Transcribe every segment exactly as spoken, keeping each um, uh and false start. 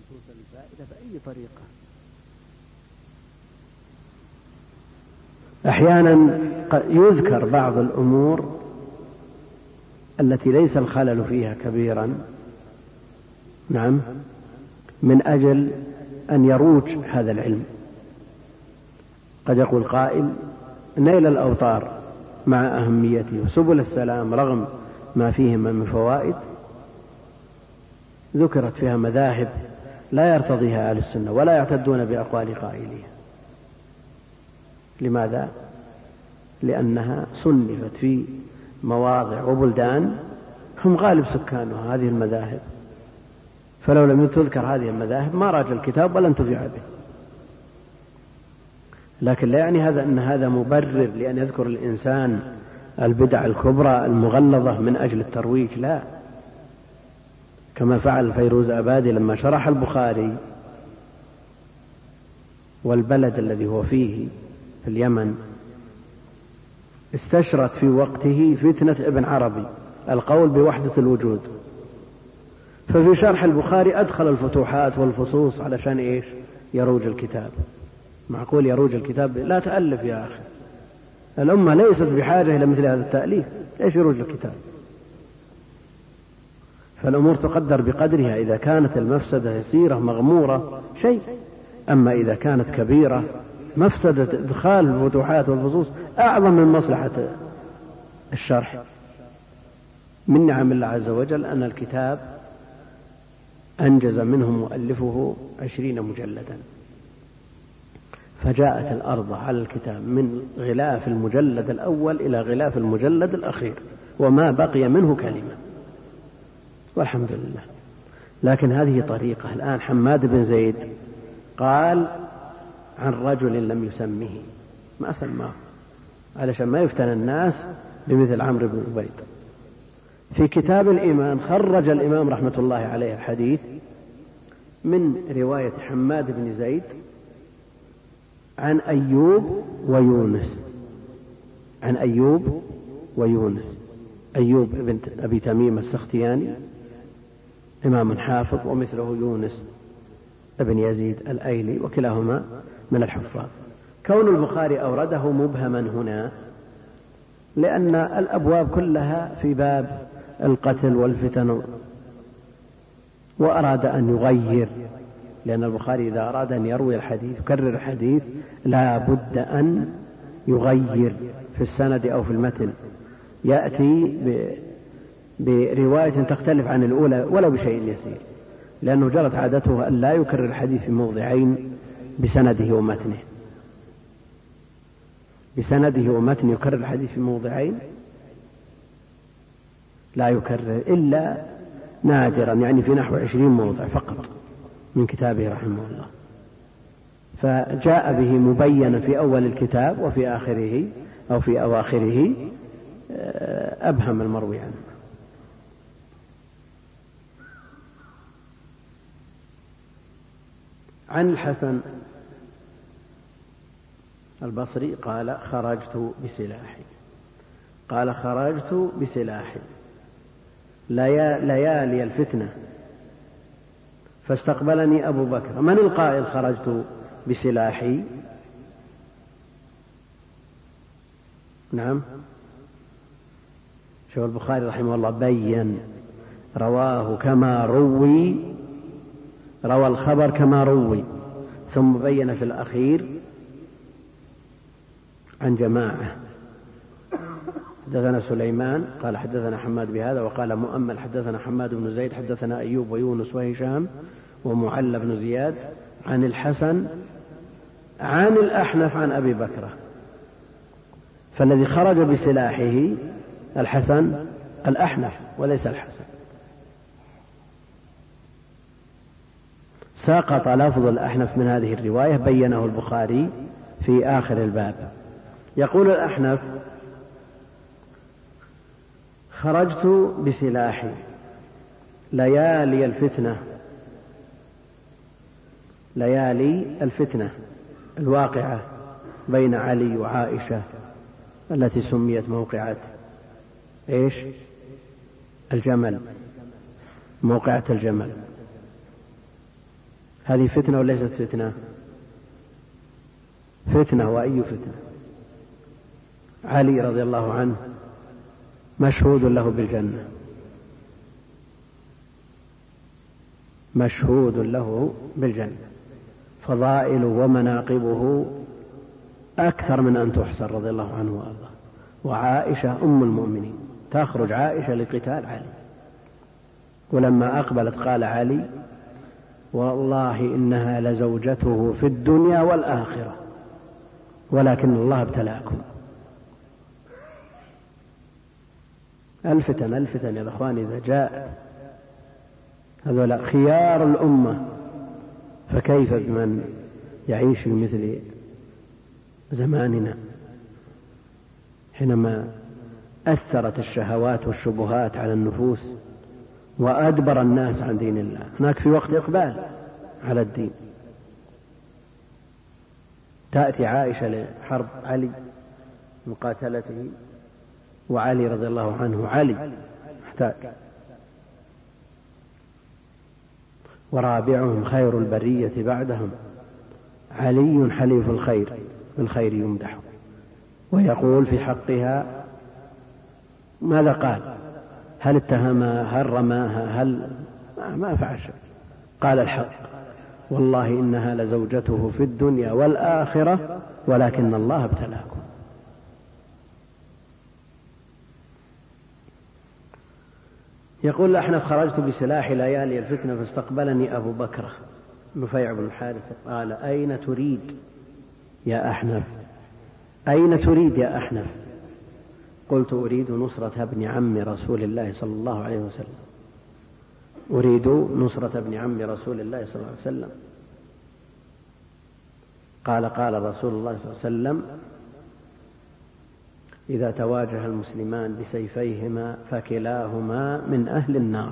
حصول الفائدة بأي طريقة. أحيانا يذكر بعض الأمور التي ليس الخلل فيها كبيرا، نعم، من أجل أن يروج هذا العلم. قد يقول قائل: نيل الأوطار مع أهميته وسبل السلام رغم ما فيهما من فوائد ذكرت فيها مذاهب لا يرتضيها أهل السنة ولا يعتدون بأقوال قائلها. لماذا؟ لأنها صنفت في مواضع وبلدان هم غالب سكانها هذه المذاهب، فلو لم تذكر هذه المذاهب ما راجع الكتاب ولا انتفع به. لكن لا يعني هذا أن هذا مبرر لأن يذكر الإنسان البدع الكبرى المغلظة من أجل الترويج، لا، كما فعل فيروز أبادي لما شرح البخاري والبلد الذي هو فيه في اليمن استشرت في وقته فتنة ابن عربي القول بوحدة الوجود، ففي شرح البخاري أدخل الفتوحات والفصوص علشان إيش؟ يروج الكتاب. معقول يروج الكتاب؟ لا تألف يا أخي، الأمة ليست بحاجة إلى مثل هذا التأليف، إيش يروج الكتاب؟ فالأمور تقدر بقدرها، إذا كانت المفسدة يسيرة مغمورة شيء، أما إذا كانت كبيرة مفسدة إدخال الفتوحات والفصوص أعظم من مصلحة الشرح. من نعم الله عز وجل أن الكتاب أنجز منه مؤلفه عشرين مجلدا، فجاءت الأرض على الكتاب من غلاف المجلد الأول إلى غلاف المجلد الأخير وما بقي منه كلمة، والحمد لله. لكن هذه طريقة. الآن حماد بن زيد قال عن رجل لم يسمه، ما سماه علشان ما يفتن الناس بمثل عمرو بن عبيد. في كتاب الإيمان خرج الإمام رحمة الله عليه الحديث من رواية حماد بن زيد عن أيوب ويونس، عن أيوب ويونس. أيوب بن أبي تميم السختياني إمام حافظ، ومثله يونس ابن يزيد الأيلي، وكلاهما من الحفاظ. كون البخاري أورده مبهما هنا لأن الأبواب كلها في باب القتل والفتن، وأراد أن يغير، لأن البخاري إذا أراد أن يروي الحديث يكرر الحديث لا بد أن يغير في السند أو في المتن، يأتي برواية تختلف عن الأولى ولو بشيء يسير، لأنه جرت عادته أن لا يكرر الحديث في موضعين بسنده ومتنه، بسنده ومتنه يكرر الحديث في موضعين، لا يكرر إلا نادرا، يعني في نحو عشرين موضع فقط من كتابه رحمه الله. فجاء به مبينا في أول الكتاب وفي آخره أو في أواخره أبهم المروي عنه. عن الحسن البصري قال خرجت بسلاحي، قال خرجت بسلاحي ليالي الفتنة فاستقبلني أبو بكر. من القائل خرجت بسلاحي؟ نعم، شوف البخاري رحمه الله بين، رواه كما روي، روى الخبر كما روي، ثم بين في الأخير عن جماعة. حدثنا سليمان قال حدثنا حماد بهذا، وقال مؤمل حدثنا حماد بن زيد حدثنا أيوب ويونس وهشام ومعل بن زياد عن الحسن عن الأحنف عن أبي بكر. فالذي خرج بسلاحه الحسن الأحنف وليس الحسن. سقط لفظ الأحنف من هذه الرواية، بينه البخاري في آخر الباب. يقول الأحنف خرجت بسلاحي ليالي الفتنة، ليالي الفتنة الواقعة بين علي وعائشة التي سميت موقعة إيش؟ الجمل، موقعة الجمل. هذه فتنة وليست فتنة؟ فتنة. وأي فتنة؟ علي رضي الله عنه مشهود له بالجنة، مشهود له بالجنة، فضائله ومناقبه أكثر من أن تحصر رضي الله عنه وأرضاه. وعائشة أم المؤمنين تخرج عائشة لقتال علي، ولما أقبلت قال علي: والله إنها لزوجته في الدنيا والآخرة ولكن الله ابتلاكم. الفتن الفتن يا أخوان إذا جاءت، هذولا خيار الأمة، فكيف بمن يعيش في مثل زماننا حينما أثرت الشهوات والشبهات على النفوس وأدبر الناس عن دين الله. هناك في وقت إقبال على الدين، تأتي عائشة لحرب علي مقاتلته، وعلي رضي الله عنه علي محتاج، ورابعهم خير البرية بعدهم علي حليف الخير بالخير يمدح. ويقول في حقها ماذا قال؟ هل اتهمها؟ هل رماها؟ هل ما فعل شيء؟ قال الحق: والله إنها لزوجته في الدنيا والآخرة ولكن الله ابتلاكم. يقول الأحنف: خرجت بسلاح ليالي الفتنة فاستقبلني أبو بكر نفيع بن الحارث قال: أين تريد يا أحنف؟ أين تريد يا أحنف؟ قلت: أريد نصرة ابن عم رسول الله صلى الله عليه وسلم، أريد نصرة ابن عم رسول الله صلى الله عليه وسلم. قال: قال رسول الله صلى الله عليه وسلم: إذا تواجه المسلمان بسيفيهما فكلاهما من أهل النار.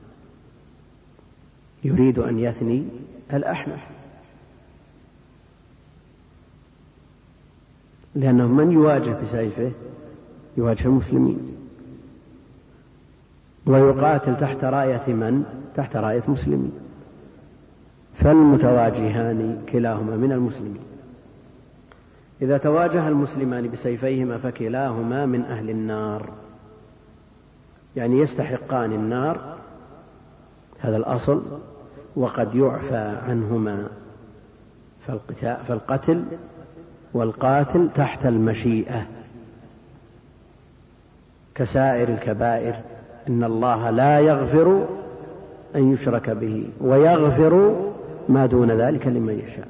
يريد أن يثني الأحنف، لأنه من يواجه بسيفه يواجه المسلمين، ويقاتل تحت راية من؟ تحت راية مسلمين، فالمتواجهان كلاهما من المسلمين. إذا تواجه المسلمان بسيفيهما فكلاهما من أهل النار، يعني يستحقان النار، هذا الأصل، وقد يعفى عنهما. فالقتل والقاتل تحت المشيئة كسائر الكبائر، إن الله لا يغفر أن يشرك به ويغفر ما دون ذلك لمن يشاء.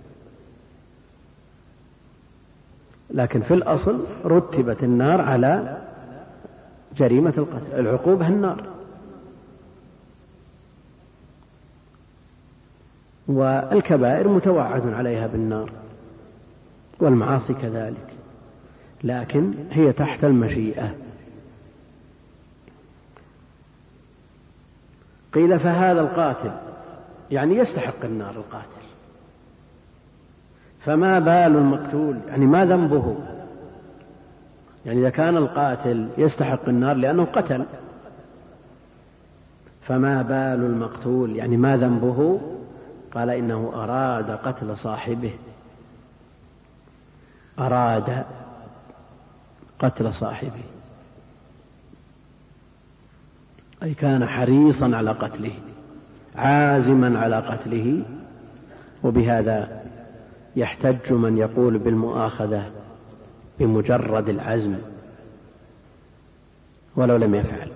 لكن في الأصل رتبت النار على جريمة القتل، العقوبة النار. والكبائر متوعد عليها بالنار والمعاصي كذلك، لكن هي تحت المشيئة. قيل: فهذا القاتل يعني يستحق النار القاتل، فما بال المقتول؟ يعني ما ذنبه؟ يعني إذا كان القاتل يستحق النار لأنه قتل، فما بال المقتول؟ يعني ما ذنبه؟ قال: إنه أراد قتل صاحبه، أراد قتل صاحبه، أي كان حريصا على قتله، عازما على قتله. وبهذا يحتج من يقول بالمؤاخذة بمجرد العزم ولو لم يفعل،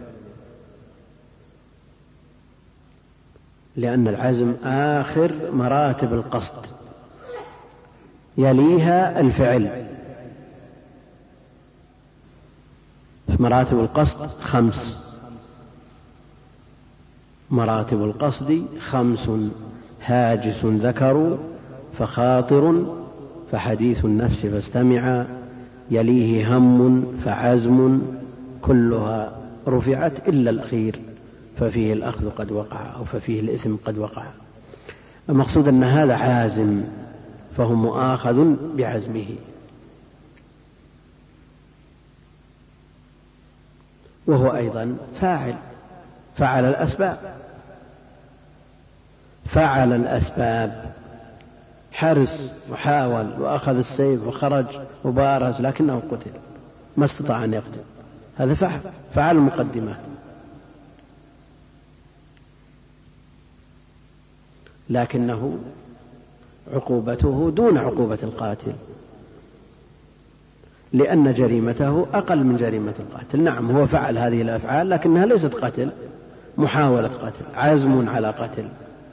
لأن العزم آخر مراتب القصد، يليها الفعل. مراتب القصد خمس، مراتب القصد خمس: هاجس ذكر، فخاطر، فحديث النفس فاستمع، يليه هم فعزم، كلها رفعت إلا الأخير ففيه الأخذ قد وقع، أو ففيه الإثم قد وقع. المقصود أن هذا عازم فهو مؤاخذ بعزمه. وهو أيضا فاعل، فعل الأسباب، فعل الأسباب، حرس وحاول وأخذ السيف وخرج وبارز لكنه قتل، ما استطاع أن يقتل، هذا فعل فعل المقدمات. لكنه عقوبته دون عقوبة القاتل، لأن جريمته أقل من جريمة القاتل. نعم هو فعل هذه الأفعال لكنها ليست قتل، محاولة قتل، عزم على قتل.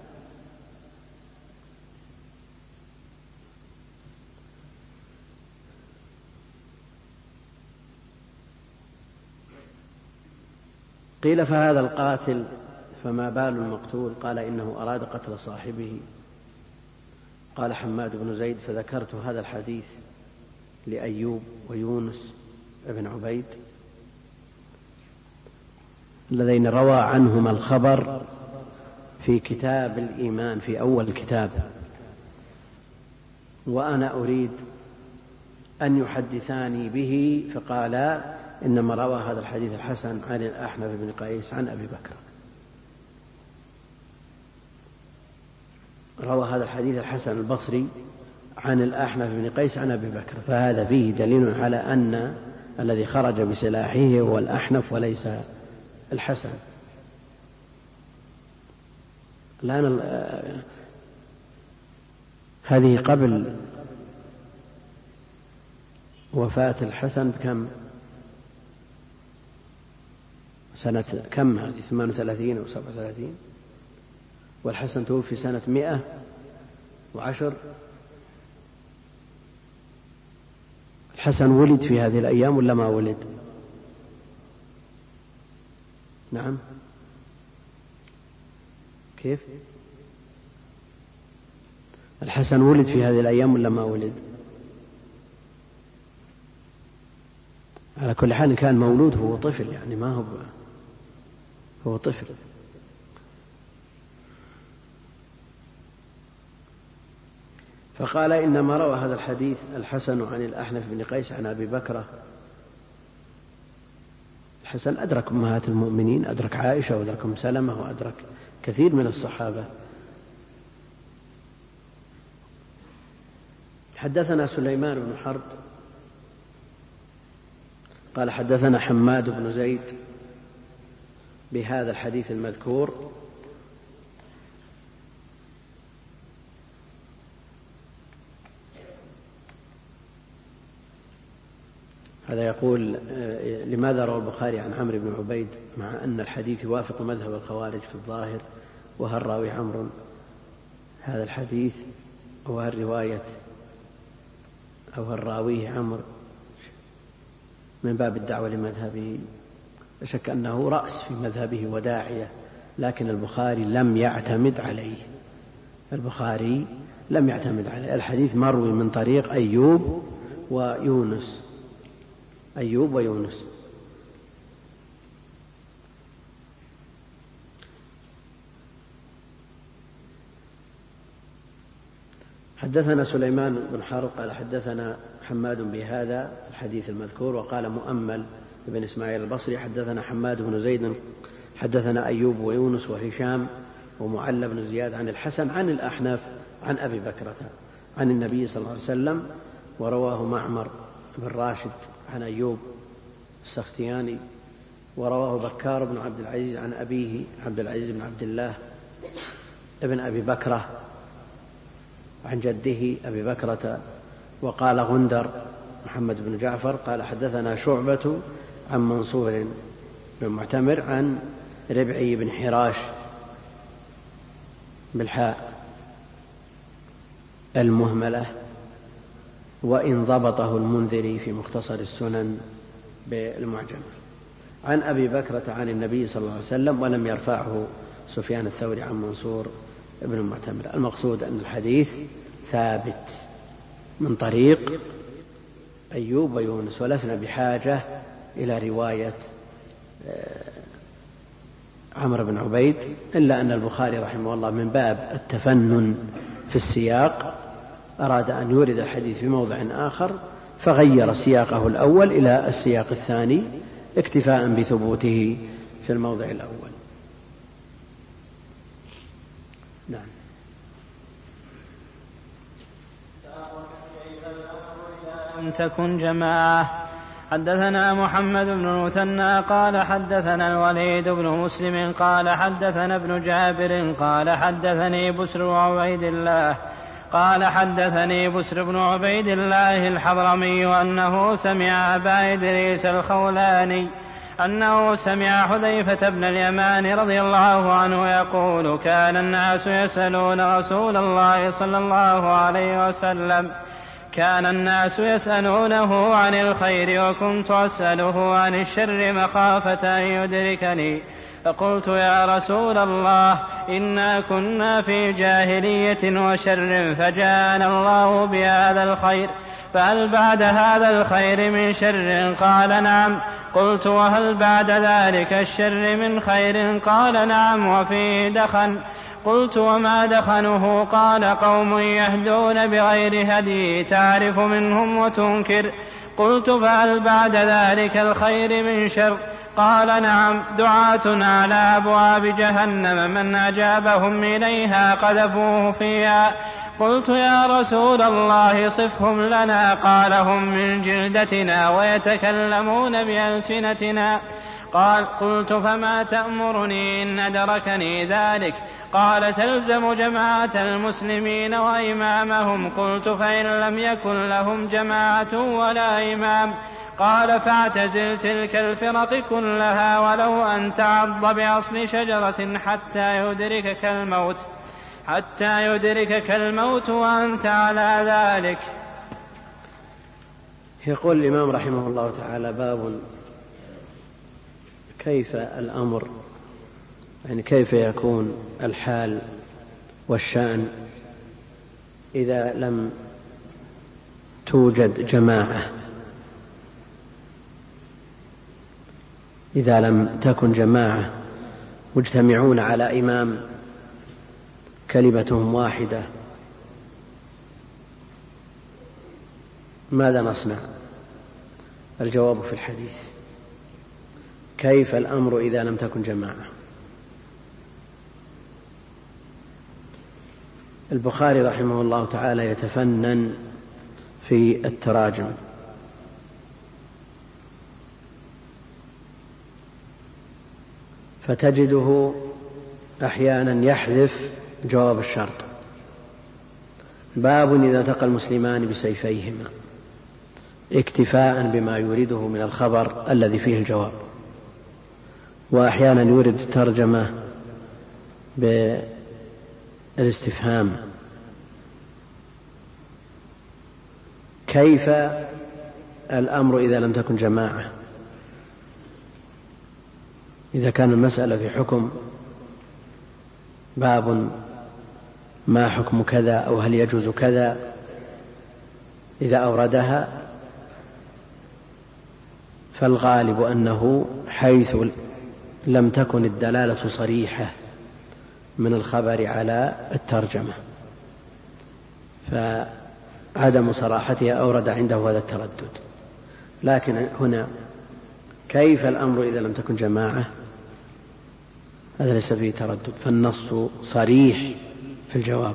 قيل فهذا القاتل فما بال المقتول؟ قال إنه أراد قتل صاحبه. قال حماد بن زيد فذكرت هذا الحديث لأيوب ويونس بن عبيد اللذين روى عنهما الخبر في كتاب الإيمان في أول الكتاب، وأنا أريد أن يحدثاني به، فقال إنما روى هذا الحديث الحسن عن الأحنف بن قيس عن أبي بكر. روى هذا الحديث الحسن البصري عن الأحنف بن قيس عن أبي بكر، فهذا فيه دليل على أن الذي خرج بسلاحه هو الأحنف وليس الحسن. الآن هذه قبل وفاة الحسن كم سنة؟ كم هذه؟ ثمان وثلاثين أو سبع وثلاثين، والحسن توفي سنة مئة وعشر. الحسن ولد في هذه الأيام ولا ما ولد؟ نعم كيف؟ الحسن ولد في هذه الأيام ولا ما ولد؟ على كل حال كان مولود هو طفل، يعني ما هو هو طفل. فقال إنما روى هذا الحديث الحسن عن الأحنف بن قيس عن أبي بكر. الحسن أدرك أمهات المؤمنين، أدرك عائشة وأدرك أم سلمة وأدرك كثير من الصحابة. حدثنا سليمان بن حرب قال حدثنا حماد بن زيد بهذا الحديث المذكور، هذا يقول لماذا روى البخاري عن عمرو بن عبيد مع أن الحديث يوافق مذهب الخوارج في الظاهر، وهل راوي عمرو هذا الحديث وهل رواية أو هل راويه عمرو من باب الدعوة لمذهبه؟ لا شك أنه رأس في مذهبه وداعية، لكن البخاري لم يعتمد عليه. البخاري لم يعتمد عليه. الحديث مروي من طريق أيوب ويونس، أيوب ويونس. حدثنا سليمان بن حرب قال حدثنا حماد بهذا الحديث المذكور، وقال مؤمل بن إسماعيل البصري حدثنا حماد بن زيد حدثنا أيوب ويونس وهشام ومعل بن زياد عن الحسن عن الأحنف عن أبي بكرة عن النبي صلى الله عليه وسلم، ورواه معمر بن راشد عن أيوب السختياني، ورواه بكار بن عبد العزيز عن أبيه عبد العزيز بن عبد الله ابن أبي بكرة عن جده أبي بكرة. وقال غندر محمد بن جعفر قال حدثنا شعبة عن منصور بن معتمر عن ربعي بن حراش بالحاء المهملة، وإن ضبطه المنذري في مختصر السنن بالمعجم، عن أبي بكرة عن النبي صلى الله عليه وسلم، ولم يرفعه سفيان الثوري عن منصور بن المعتمر. المقصود أن الحديث ثابت من طريق أيوب ويونس، ولسنا بحاجة إلى رواية عمرو بن عبيد، إلا أن البخاري رحمه الله من باب التفنن في السياق أراد أن يورد الحديث في موضع آخر فغير سياقه الأول إلى السياق الثاني اكتفاء بثبوته في الموضع الأول. نعم. لم تكن جماعة. حدثنا محمد بن المثنى قال حدثنا الوليد بن مسلم قال حدثنا ابن جابر قال حدثني بسر بن عبيد الله قال حدثني بسر بن عبيد الله الحضرمي أنه سمع أبا إدريس الخولاني أنه سمع حذيفة بن اليمان رضي الله عنه يقول كان الناس يسألون رسول الله صلى الله عليه وسلم كان الناس يسألونه عن الخير وكنت أسأله عن الشر مخافة أن يدركني فقلت يا رسول الله إنا كنا في جاهلية وشر فجاءنا الله بهذا الخير فهل بعد هذا الخير من شر؟ قال نعم. قلت وهل بعد ذلك الشر من خير؟ قال نعم وفيه دخن. قلت وما دخنه؟ قال قوم يهدون بغير هدي تعرف منهم وتنكر. قلت فهل بعد ذلك الخير من شر؟ قال نعم دعاة على أبواب جهنم من أجابهم إليها قذفوه فيها. قلت يا رسول الله صفهم لنا. قال هم من جلدتنا ويتكلمون بألسنتنا. قال قلت فما تأمرني إن أدركني ذلك؟ قال تلزم جماعة المسلمين وإمامهم. قلت فإن لم يكن لهم جماعة ولا إمام؟ قال فاعتزل تلك الفرق كلها ولو أن تعض بأصل شجرة حتى يدركك الموت حتى يدركك الموت وأنت على ذلك. يقول الإمام رحمه الله تعالى باب كيف الأمر يعني كيف يكون الحال والشأن إذا لم توجد جماعة إذا لم تكن جماعة مجتمعون على إمام كلمتهم واحدة ماذا نصنع؟ الجواب في الحديث كيف الأمر إذا لم تكن جماعة. البخاري رحمه الله تعالى يتفنن في التراجم فتجده أحيانا يحذف جواب الشرط باب إذا التقى المسلمان بسيفيهما اكتفاء بما يريده من الخبر الذي فيه الجواب، وأحيانا يورد الترجمة بالاستفهام. كيف الأمر إذا لم تكن جماعة؟ إذا كان المسألة في حكم باب ما حكم كذا أو هل يجوز كذا، إذا أوردها فالغالب أنه حيث لم تكن الدلالة صريحة من الخبر على الترجمة فعدم صراحتها أورد عنده هذا التردد. لكن هنا كيف الأمر إذا لم تكن جماعة هذا ليس فيه تردد، فالنص صريح في الجواب.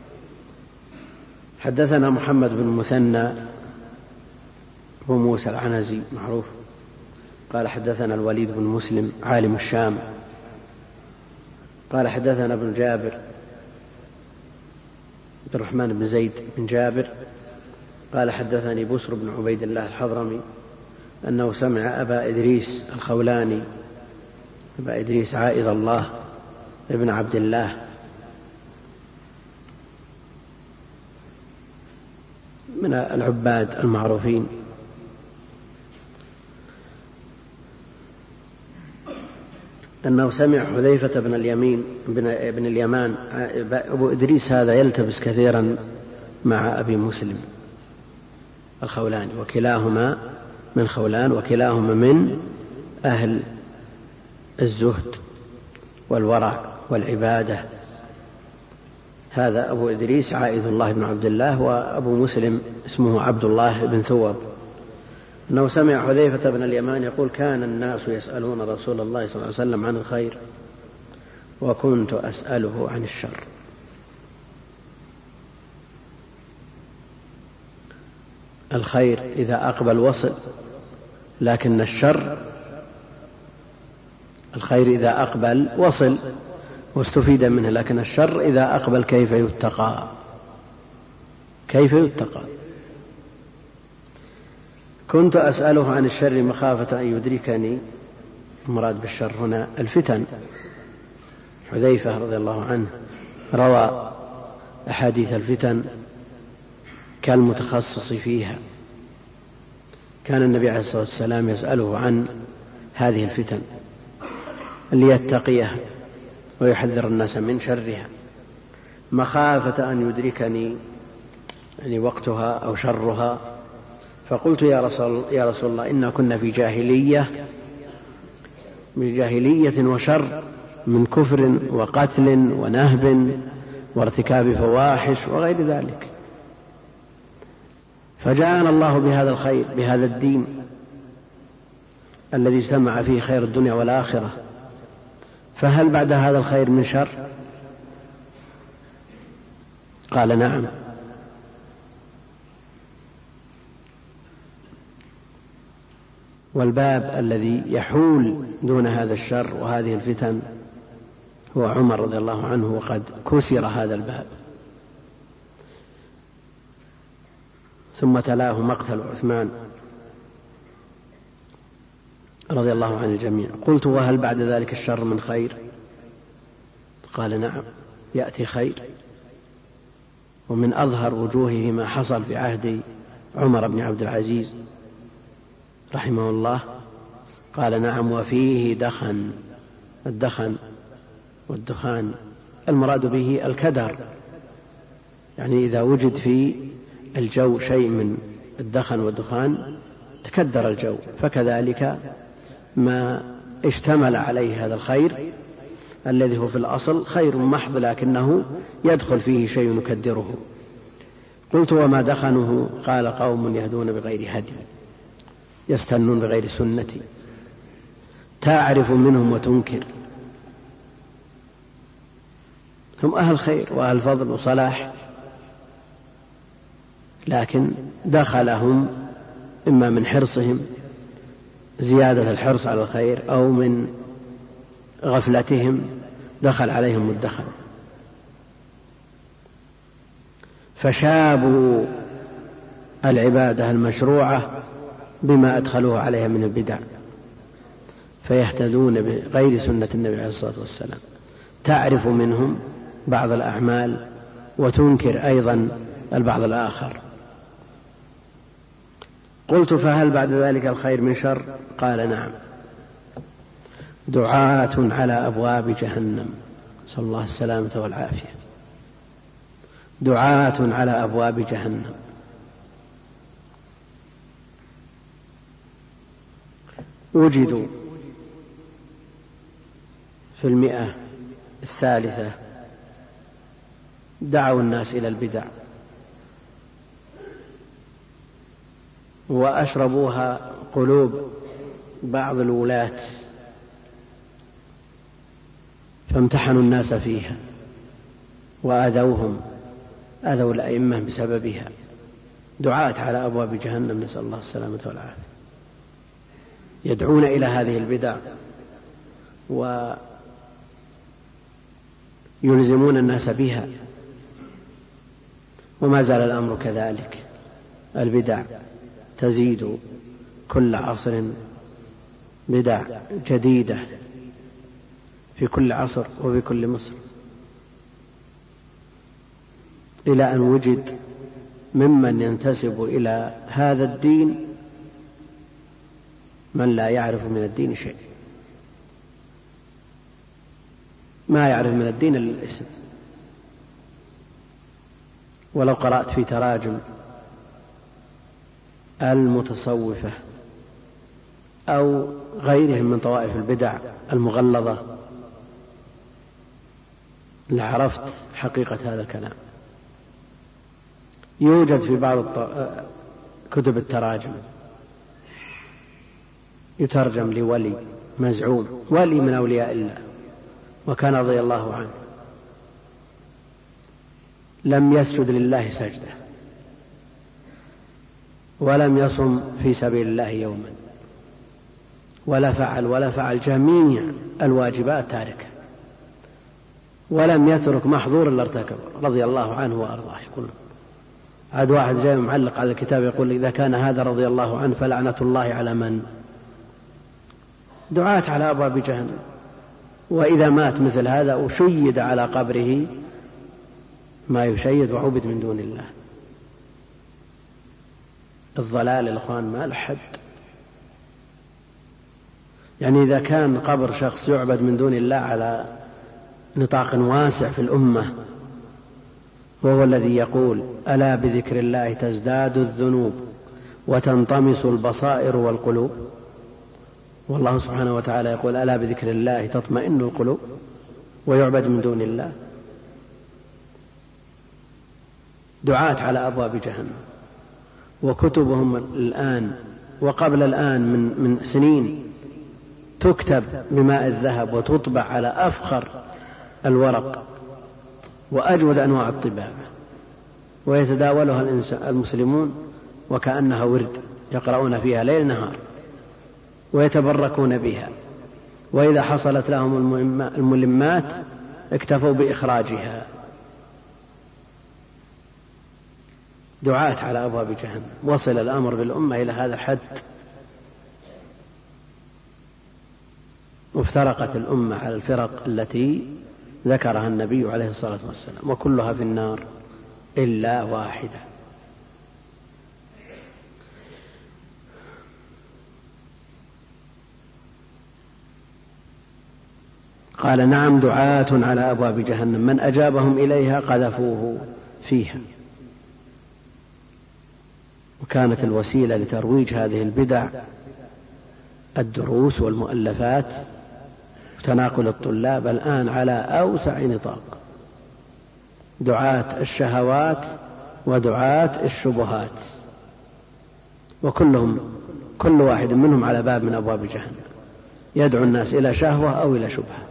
حدثنا محمد بن المثنى أبو موسى العنزي معروف قال حدثنا الوليد بن مسلم عالم الشام قال حدثنا ابن جابر عبد الرحمن بن زيد بن جابر قال حدثني بسر بن عبيد الله الحضرمي أنه سمع أبا إدريس الخولاني أبا إدريس عائذ الله ابن عبد الله من العباد المعروفين أنه سمع حذيفة بن اليمين بن اليمان. أبو إدريس هذا يلتبس كثيرا مع أبي مسلم الخولاني، وكلاهما من خولان وكلاهما من أهل الزهد والورع والعبادة. هذا أبو إدريس عائذ الله بن عبد الله، وأبو مسلم اسمه عبد الله بن ثوب. أنه سمع حذيفة بن اليمان يقول كان الناس يسألون رسول الله صلى الله عليه وسلم عن الخير وكنت أسأله عن الشر. الخير إذا أقبل وصل، لكن الشر الخير إذا أقبل وصل واستفيد منه، لكن الشر إذا أقبل كيف يتقى كيف يتقى كنت أسأله عن الشر مخافة أن يدركني. المراد بالشر هنا الفتن. حذيفة رضي الله عنه روى أحاديث الفتن كالمتخصص فيها. كان النبي عليه الصلاة والسلام يسأله عن هذه الفتن ليتقيها ويحذر الناس من شرها، مخافة أن يدركني يعني وقتها أو شرها. فقلت يا رسول, يا رسول الله إنا كنا في جاهلية من جاهلية وشر، من كفر وقتل ونهب وارتكاب فواحش وغير ذلك، فجاءنا الله بهذا الخير بهذا الدين الذي اجتمع فيه خير الدنيا والآخرة، فهل بعد هذا الخير من شر؟ قال نعم. والباب الذي يحول دون هذا الشر وهذه الفتن هو عمر رضي الله عنه، وقد كسر هذا الباب. ثم تلاه مقتل عثمان رضي الله عن الجميع. قلت وهل بعد ذلك الشر من خير؟ قال نعم، يأتي خير. ومن أظهر وجوهه ما حصل في عهد عمر بن عبد العزيز رحمه الله. قال نعم وفيه دخن. الدخن والدخان المراد به الكدر، يعني إذا وجد في الجو شيء من الدخن والدخان تكدر الجو، فكذلك ما اشتمل عليه هذا الخير الذي هو في الأصل خير محض لكنه يدخل فيه شيء يكدره. قلت وما دخنه؟ قال قوم يهدون بغير هدي، يستنون بغير سنتي، تعرف منهم وتنكر. هم أهل خير وأهل فضل وصلاح، لكن دخلهم إما من حرصهم زيادة الحرص على الخير أو من غفلتهم دخل عليهم الدخل، فشابوا العبادة المشروعة بما أدخلوه عليها من البدع، فيهتدون بغير سنة النبي عليه الصلاة والسلام. تعرف منهم بعض الأعمال وتنكر أيضا البعض الآخر. قلت فهل بعد ذلك الخير من شر؟ قال نعم، دعاة على أبواب جهنم، نسأل الله السلامة والعافية. دعاة على أبواب جهنم، وجدوا في المئة الثالثة دعوا الناس إلى البدع وأشربوها قلوب بعض الولاة، فامتحنوا الناس فيها وآذوهم، آذوا الأئمة بسببها. دعاة على أبواب جهنم، نسأل الله السلامة والعافية، يدعون إلى هذه البدع ويلزمون الناس بها، وما زال الأمر كذلك. البدع تزيد كل عصر بدع جديدة في كل عصر وفي كل مصر، إلى أن وجد ممن ينتسب إلى هذا الدين من لا يعرف من الدين شيء، ما يعرف من الدين إلا الاسم. ولو قرأت في تراجم المتصوفة أو غيرهم من طوائف البدع المغلظة لعرفت حقيقة هذا الكلام. يوجد في بعض كتب التراجم يترجم لولي مزعوم، ولي من أولياء الله، وكان رضي الله عنه لم يسجد لله سجدة، ولم يصم في سبيل الله يوما، ولا فعل ولا فعل جميع الواجبات تاركه، ولم يترك محظور إلا ارتكبه رضي الله عنه وأرضاه. يقول عاد واحد جاي معلق على الكتاب يقول إذا كان هذا رضي الله عنه فلعنة الله على من؟ دعاة على أبواب جهنم. وإذا مات مثل هذا وشيد على قبره ما يشيد وعبد من دون الله. الضلال الإخوان ما له حد. يعني إذا كان قبر شخص يعبد من دون الله على نطاق واسع في الأمة، وهو الذي يقول ألا بذكر الله تزداد الذنوب وتنطمس البصائر والقلوب، والله سبحانه وتعالى يقول ألا بذكر الله تطمئن القلوب، ويعبد من دون الله. دعاة على أبواب جهنم، وكتبهم الآن وقبل الآن من, من سنين تكتب بماء الذهب وتطبع على أفخر الورق وأجود أنواع الطباعة، ويتداولها المسلمون وكأنها ورد يقرؤون فيها ليل نهار ويتبركون بها، وإذا حصلت لهم الملمات اكتفوا بإخراجها. دعاة على أبواب جهنم. وصل الأمر بالأمة إلى هذا الحد، وافترقت الأمة على الفرق التي ذكرها النبي عليه الصلاة والسلام، وكلها في النار إلا واحدة. قال نعم دعاة على أبواب جهنم من أجابهم إليها قذفوه فيها. وكانت الوسيلة لترويج هذه البدع الدروس والمؤلفات وتناقل الطلاب الآن على أوسع نطاق، دعاة الشهوات ودعاة الشبهات، وكلهم كل واحد منهم على باب من أبواب جهنم يدعو الناس إلى شهوة أو إلى شبهة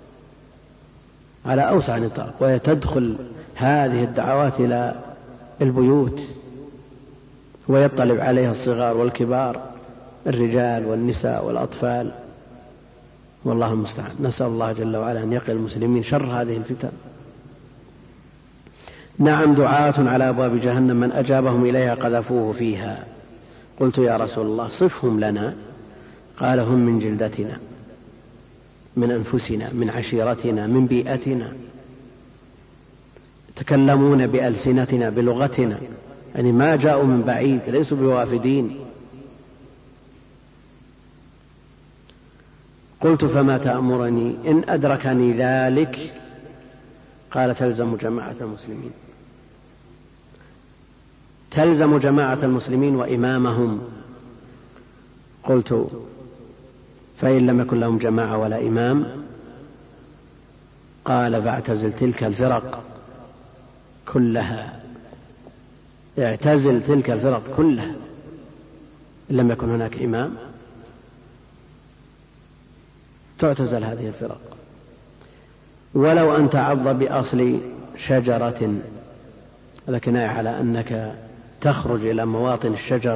على أوسع نطاق، ويتدخل هذه الدعوات إلى البيوت ويطلب عليها الصغار والكبار، الرجال والنساء والأطفال، والله المستعان. نسأل الله جل وعلا أن يقي المسلمين شر هذه الفتن. نعم دعاة على أبواب جهنم من أجابهم إليها قذفوه فيها. قلت يا رسول الله صفهم لنا. قال هم من جلدتنا، من أنفسنا، من عشيرتنا، من بيئتنا، يتكلمون بألسنتنا بلغتنا، يعني ما جاءوا من بعيد، ليسوا بوافدين. قلت فما تأمرني إن أدركني ذلك؟ قال تلزم جماعة المسلمين، تلزم جماعة المسلمين وإمامهم. قلت فإن لم يكن لهم جماعة ولا إمام؟ قال فاعتزل تلك الفرق كلها، اعتزل تلك الفرق كلها إن لم يكن هناك إمام، تعتزل هذه الفرق. ولو أن تعض بأصل شجرة، هذا كناية على أنك تخرج إلى مواطن الشجر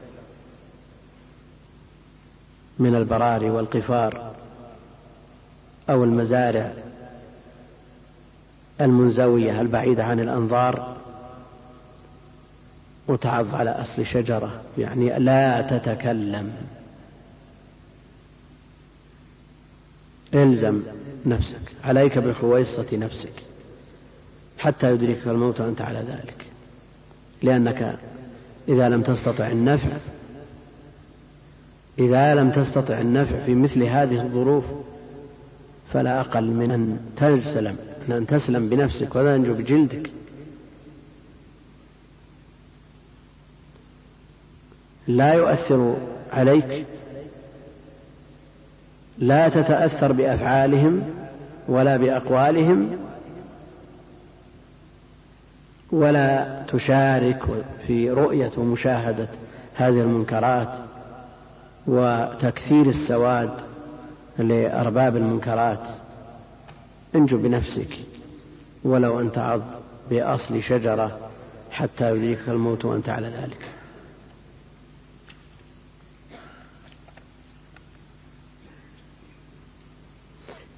من البراري والقفار أو المزارع المنزوية البعيدة عن الأنظار، وتعض على أصل شجرة، يعني لا تتكلم، الزم نفسك، عليك بخويصة نفسك حتى يدركك الموت وأنت على ذلك، لأنك إذا لم تستطع النفع إذا لم تستطع النفع في مثل هذه الظروف فلا أقل من أن تسلم أن تسلم بنفسك وتنجو بجلدك. لا يؤثر عليك، لا تتأثر بأفعالهم ولا بأقوالهم، ولا تشارك في رؤية ومشاهدة هذه المنكرات وتكثير السواد لأرباب المنكرات. انجو بنفسك ولو أن تعض بأصل شجرة حتى يدركك الموت وأنت على ذلك.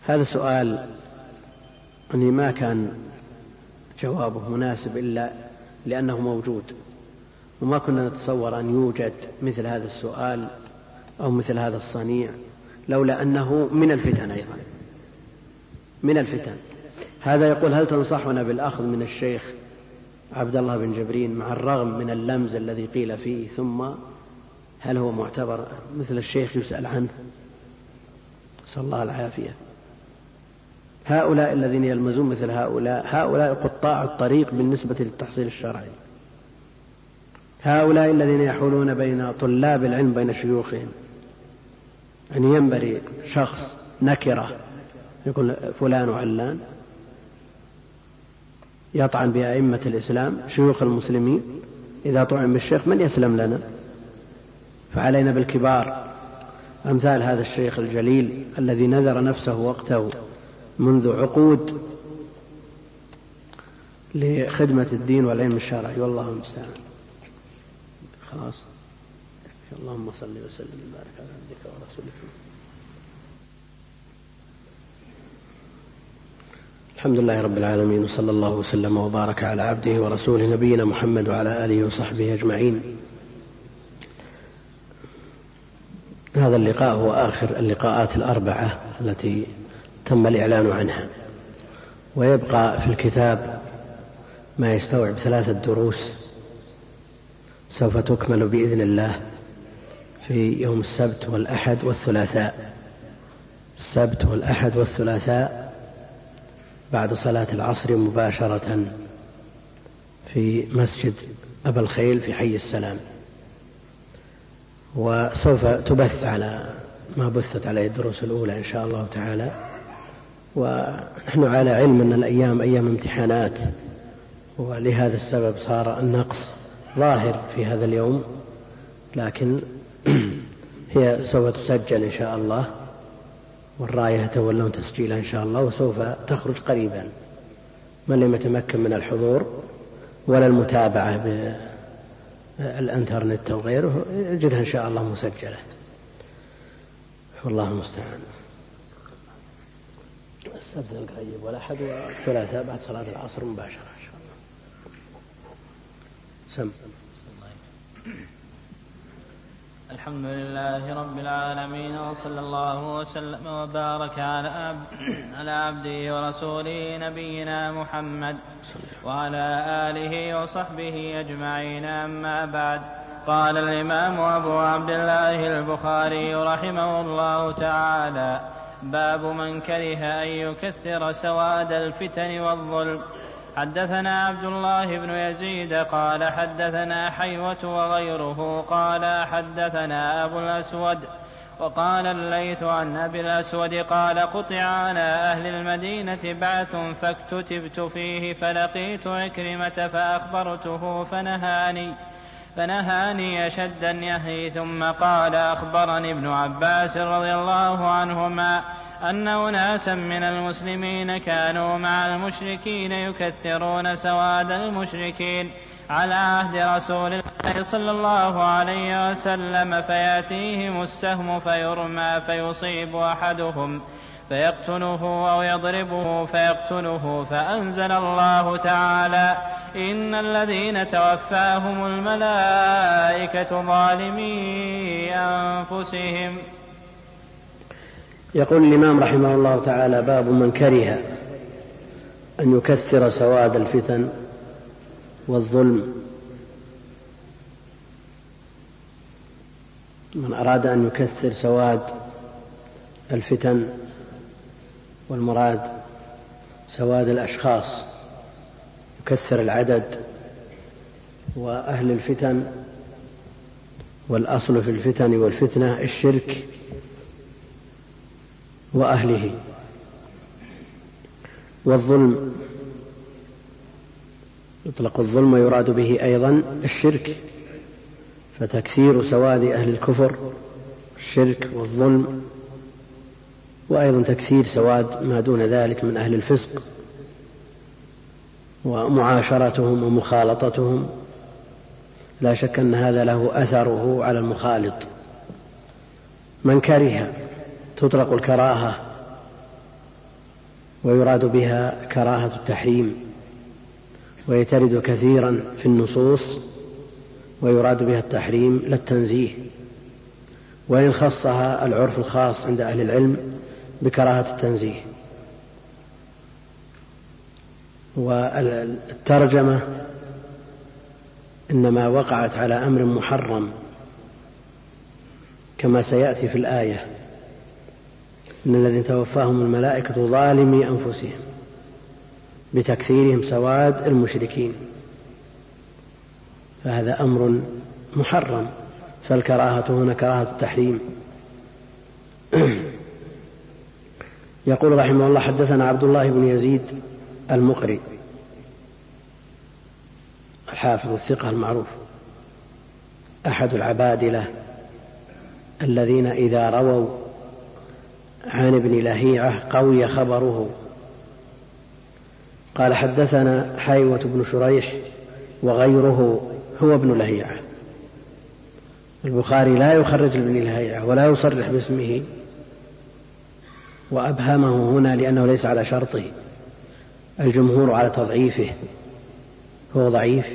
هذا السؤال أني ما كان جوابه مناسب إلا لأنه موجود، وما كنا نتصور أن يوجد مثل هذا السؤال أو مثل هذا الصنيع لولا أنه من الفتن أيضا، من الفتن. هذا يقول: هل تنصحنا بالأخذ من الشيخ عبد الله بن جبرين مع الرغم من اللمز الذي قيل فيه؟ ثم هل هو معتبر مثل الشيخ يسأل عنه؟ نسأل الله العافية. هؤلاء الذين يلمزون مثل هؤلاء هؤلاء قطاع الطريق بالنسبة للتحصيل الشرعي، هؤلاء الذين يحولون بين طلاب العلم بين شيوخهم. أن ينبري شخص نكرة يقول فلان علان يطعن بأئمة الإسلام شيوخ المسلمين، إذا طعن بالشيخ من يسلم لنا؟ فعلينا بالكبار أمثال هذا الشيخ الجليل الذي نذر نفسه وقته منذ عقود لخدمة الدين والعلم الشرعي، والله المستعان. خلاص، اللهم صل وسلم وبارك على عبدك ورسولك. الحمد لله رب العالمين، وصلى الله وسلم وبارك على عبده ورسوله نبينا محمد وعلى آله وصحبه أجمعين. هذا اللقاء هو آخر اللقاءات الأربعة التي تم الإعلان عنها، ويبقى في الكتاب ما يستوعب ثلاثة دروس سوف تكمل بإذن الله في يوم السبت والأحد والثلاثاء، السبت والأحد والثلاثاء بعد صلاة العصر مباشرة في مسجد أبا الخيل في حي السلام. وسوف تبث على ما بثت عليه الدروس الأولى إن شاء الله تعالى. ونحن على علم أن الأيام أيام امتحانات، ولهذا السبب صار النقص ظاهر في هذا اليوم، لكن هي سوف تسجل إن شاء الله، والراية يتولون تسجيلها إن شاء الله، وسوف تخرج قريبا. من لم يتمكن من الحضور ولا المتابعة بالإنترنت أو غيره يجدها إن شاء الله مسجلة، والله المستعان. السبت القريب والأحد والثلاثاء بعد صلاة العصر مباشرة إن شاء الله. سم. الحمد لله رب العالمين، وصلى الله وسلم وبارك على على عبده ورسوله نبينا محمد وعلى آله وصحبه أجمعين. أما بعد، قال الإمام أبو عبد الله البخاري رحمه الله تعالى: باب من كره أن يكثر سواد الفتن والظلم. حدثنا عبد الله بن يزيد قال حدثنا حيوة وغيره قال حدثنا أبو الأسود وقال الليث عن أبي الأسود قال: قطع على أهل المدينة بعث فاكتتبت فيه، فلقيت عكرمة فأخبرته فنهاني فنهاني شدا يهي، ثم قال: أخبرني ابن عباس رضي الله عنهما أن أناسا من المسلمين كانوا مع المشركين يكثرون سواد المشركين على عهد رسول الله صلى الله عليه وسلم، فيأتيهم السهم فيرمى فيصيب أحدهم فيقتله أو يضربه فيقتله، فأنزل الله تعالى: إن الذين توفاهم الملائكة ظالمي أنفسهم. يقول الإمام رحمه الله تعالى: باب من كره أن يكثر سواد الفتن والظلم. من أراد أن يكثر سواد الفتن، والمراد سواد الأشخاص، يكثر العدد وأهل الفتن، والأصل في الفتن والفتنة الشرك وأهله. والظلم يطلق الظلم ويراد به أيضا الشرك، فتكثير سواد أهل الكفر الشرك والظلم، وأيضا تكثير سواد ما دون ذلك من أهل الفسق ومعاشرتهم ومخالطتهم، لا شك أن هذا له أثره على المخالط. من كره تطلق الكراهة ويراد بها كراهة التحريم، ويترد كثيرا في النصوص، ويراد بها التحريم لا التنزيه، وإن خصها العرف الخاص عند أهل العلم بكراهة التنزيه. والترجمة إنما وقعت على أمر محرم كما سيأتي في الآية: إن الذين توفاهم الملائكة ظالمي أنفسهم بتكثيرهم سواد المشركين، فهذا أمر محرم، فالكراهة هنا كراهة التحريم. يقول رحمه الله: حدثنا عبد الله بن يزيد المقري الحافظ الثقة المعروف، أحد العبادلة الذين إذا رووا عن ابن لهيعة قوي خبره. قال: حدثنا حيوة بن شريح وغيره هو ابن لهيعة. البخاري لا يخرج ابن لهيعة ولا يصرح باسمه، وأبهمه هنا لأنه ليس على شرطه، الجمهور على تضعيفه، هو ضعيف،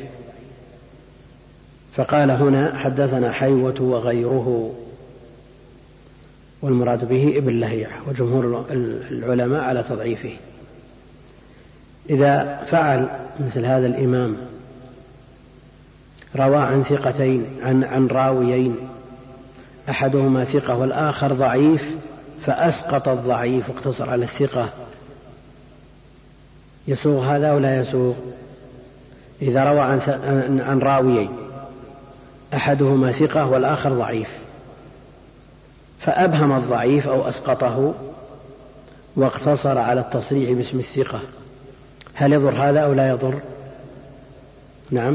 فقال هنا: حدثنا حيوة وغيره، والمراد به ابن لهيعة، وجمهور العلماء على تضعيفه. إذا فعل مثل هذا الإمام، روى عن ثقتين عن, عن راويين، أحدهما ثقة والآخر ضعيف، فأسقط الضعيف واقتصر على الثقة، يسوغ هذا ولا يسوغ؟ إذا روى عن, عن راويين أحدهما ثقة والآخر ضعيف، فأبهم الضعيف أو أسقطه واقتصر على التصريح باسم الثقة، هل يضر هذا أو لا يضر؟ نعم،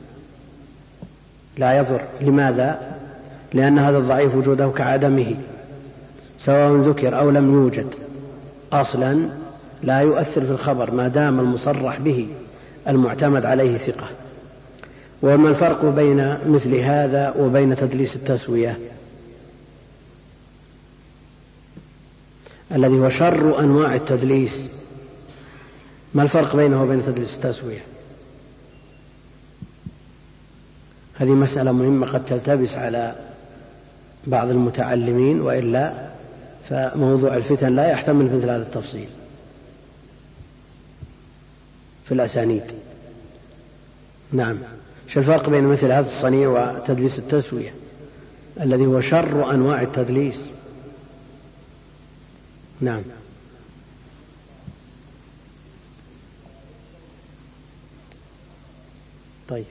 لا يضر. لماذا؟ لأن هذا الضعيف وجوده كعدمه، سواء ذكر أو لم يوجد، أصلا لا يؤثر في الخبر ما دام المصرح به المعتمد عليه ثقة. وما الفرق بين مثل هذا وبين تدليس التسوية الذي هو شر أنواع التدليس؟ ما الفرق بينه وبين تدليس التسوية؟ هذه مسألة مهمة قد تلتبس على بعض المتعلمين، وإلا فموضوع الفتن لا يحتمل مثل هذا التفصيل في الأسانيد. نعم، شو الفرق بين مثل هذا الصنيع وتدليس التسوية الذي هو شر أنواع التدليس؟ نعم. طيب،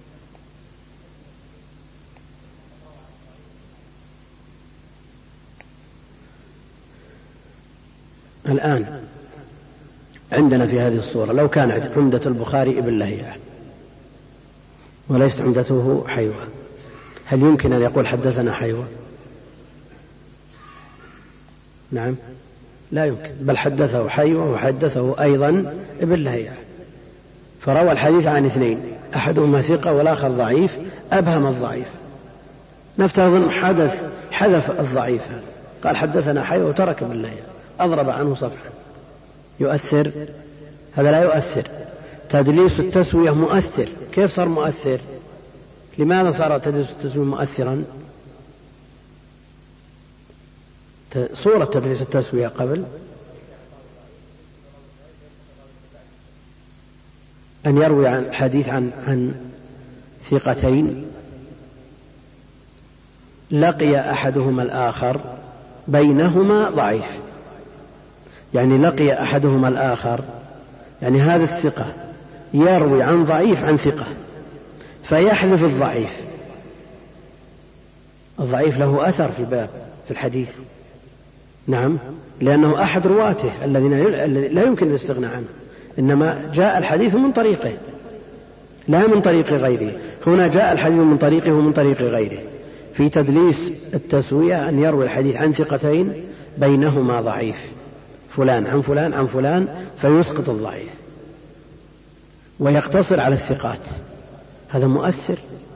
الآن عندنا في هذه الصورة لو كان عمدة البخاري ابن لهيعة وليست عمدته حيوة، هل يمكن أن يقول حدثنا حيوة؟ نعم، لا يمكن، بل حدثه حيوة وحدثه أيضا ابن لهيعة، فروى الحديث عن اثنين، أحدهما ثقة والآخر ضعيف، أبهم الضعيف. نفترض حدث حذف الضعيف هذا، قال حدثنا حيوة وترك ابن لهيعة، أضرب عنه صفحا، يؤثر؟ هذا لا يؤثر. تدليس التسوية مؤثر. كيف صار مؤثر؟ لماذا صار تدليس التسوية مؤثرا؟ صورة تدليس التسوية قبل أن يروي عن حديث عن عن ثقتين لقي أحدهما الآخر بينهما ضعيف، يعني لقي أحدهما الآخر، يعني هذا الثقة يروي عن ضعيف عن ثقة فيحذف الضعيف. الضعيف له أثر في الباب في الحديث، نعم، لأنه أحد رواته الذين لا يمكن الاستغناء عنه، إنما جاء الحديث من طريقه لا من طريق غيره. هنا جاء الحديث من طريقه ومن طريق غيره. في تدليس التسوية أن يروي الحديث عن ثقتين بينهما ضعيف، فلان عن فلان عن فلان، فيسقط الضعيف ويقتصر على الثقات. هذا مؤثر،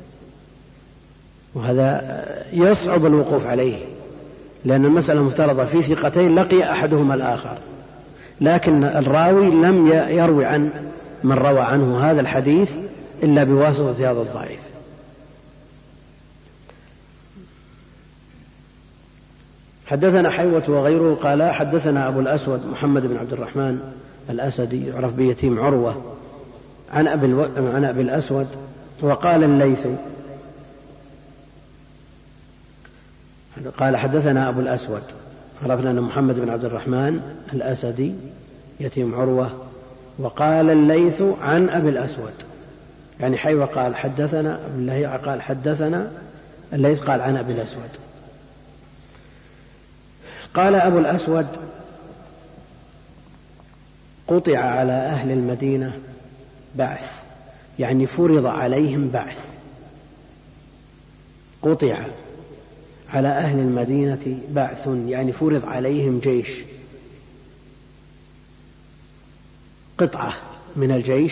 وهذا يصعب الوقوف عليه، لأن المسألة مفترضة في ثقتين لقي أحدهما الآخر، لكن الراوي لم يروي عن من روى عنه هذا الحديث إلا بواسطة هذا الضعيف. حدثنا حيوة وغيره قال حدثنا أبو الأسود محمد بن عبد الرحمن الأسدي يعرف بيتيم عروة عن أبي, الو... عن أبي الأسود. وقال الليث قال حدثنا أبو الأسود، عرفنا أن محمد بن عبد الرحمن الأسدي يتيم عروة. وقال الليث عن أبي الأسود، يعني حيوة قال حدثنا، أبو اللهيعة قال حدثنا، الليث قال عن أبي الأسود. قال أبو الأسود قطع على أهل المدينة بعث، يعني فرض عليهم بعث. قطع على أهل المدينة بعث يعني فرض عليهم جيش، قطعة من الجيش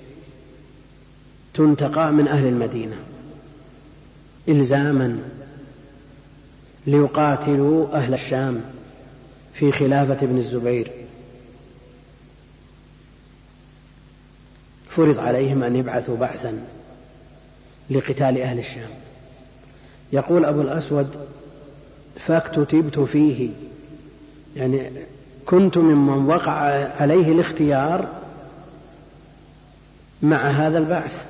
تنتقى من أهل المدينة إلزاما ليقاتلوا أهل الشام في خلافة ابن الزبير. فرض عليهم أن يبعثوا بعثا لقتال أهل الشام. يقول أبو الأسود فاكتتبت فيه، يعني كنت ممن وقع عليه الاختيار مع هذا البعث.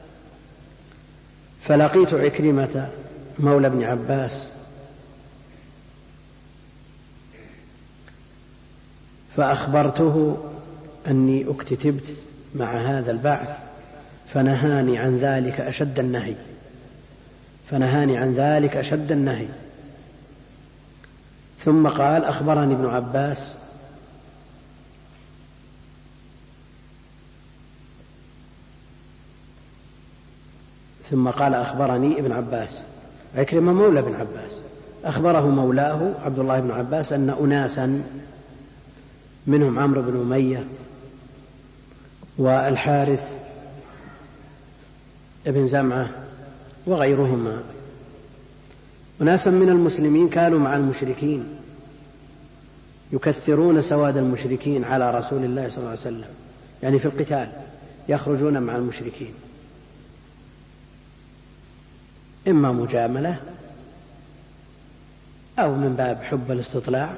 فلقيت عكرمة مولى ابن عباس فأخبرته أني اكتتبت مع هذا البعث، فنهاني عن ذلك أشد النهي فنهاني عن ذلك أشد النهي ثم قال أخبرني ابن عباس ثم قال أخبرني ابن عباس، عكرمة مولى ابن عباس، أخبره مولاه عبد الله بن عباس أن أناسا منهم عمرو بن أمية والحارث ابن زمعة وغيرهما، أناسا من المسلمين كانوا مع المشركين يكثرون سواد المشركين على رسول الله صلى الله عليه وسلم، يعني في القتال يخرجون مع المشركين إما مجاملة أو من باب حب الاستطلاع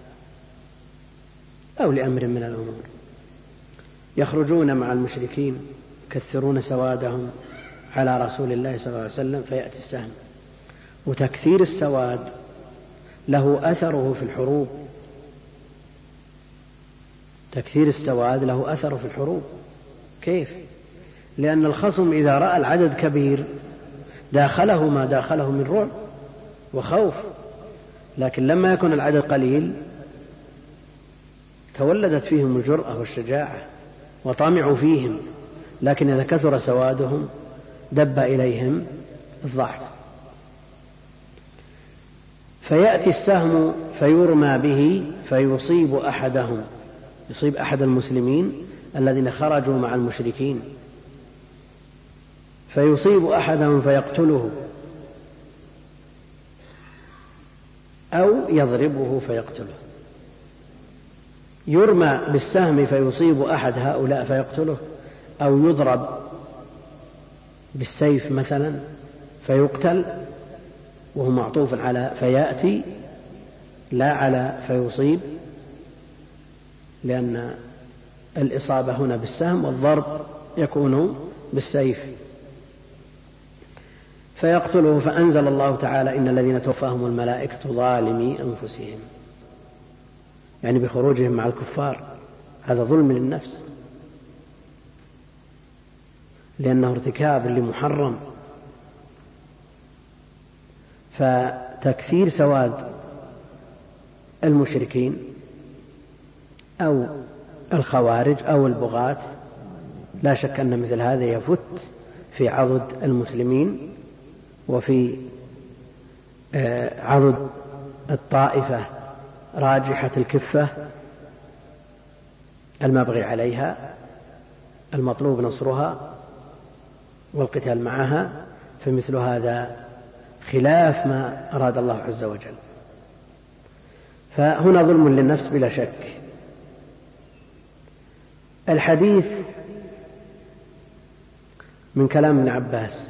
أو لأمر من الأمور، يخرجون مع المشركين يكثرون سوادهم على رسول الله صلى الله عليه وسلم فيأتي السهم. وتكثير السواد له أثره في الحروب، تكثير السواد له أثر في الحروب. كيف؟ لأن الخصم إذا رأى العدد كبير داخله ما داخله من رعب وخوف، لكن لما يكون العدد قليل تولدت فيهم الجرأة والشجاعة وطمعوا فيهم، لكن إذا كثر سوادهم دب إليهم الضعف. فيأتي السهم فيرمى به فيصيب أحدهم، يصيب أحد المسلمين الذين خرجوا مع المشركين، فيصيب أحدهم فيقتله أو يضربه فيقتله. يرمى بالسهم فيصيب أحد هؤلاء فيقتله، أو يضرب بالسيف مثلا فيقتل، وهو معطوف على فيأتي لا على فيصيب، لأن الإصابة هنا بالسهم والضرب يكون بالسيف. فيقتله، فأنزل الله تعالى إن الذين توفاهم الملائكة ظالمي أنفسهم، يعني بخروجهم مع الكفار، هذا ظلم للنفس لأنه ارتكاب لمحرم. فتكثير سواد المشركين أو الخوارج أو البغاة لا شك أن مثل هذا يفت في عضد المسلمين وفي عضد الطائفة راجحة الكفة المبغي عليها المطلوب نصرها والقتال معها، فمثل هذا خلاف ما أراد الله عز وجل. فهنا ظلم للنفس بلا شك، الحديث من كلام ابن عباس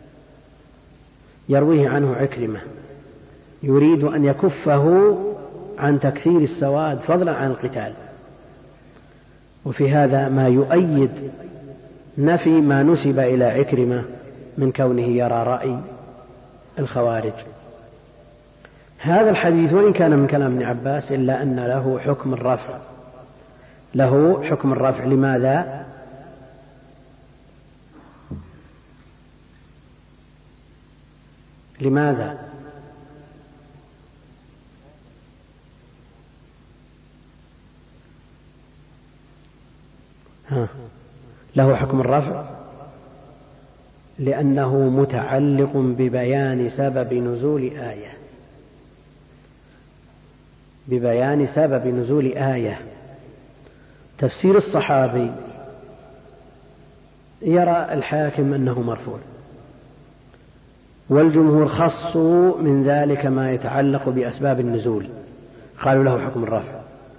يرويه عنه عكرمة يريد أن يكفه عن تكثير السواد فضلا عن القتال، وفي هذا ما يؤيد نفي ما نسب إلى عكرمة من كونه يرى رأي الخوارج. هذا الحديث وإن كان من كلام ابن عباس إلا أن له حكم الرفع، له حكم الرفع. لماذا؟ لماذا؟ ها. له حكم الرفع لأنه متعلق ببيان سبب نزول آية، ببيان سبب نزول آية. تفسير الصحابي يرى الحاكم أنه مرفوع، والجمهور خصوا من ذلك ما يتعلق بأسباب النزول، قالوا له حكم الرفع،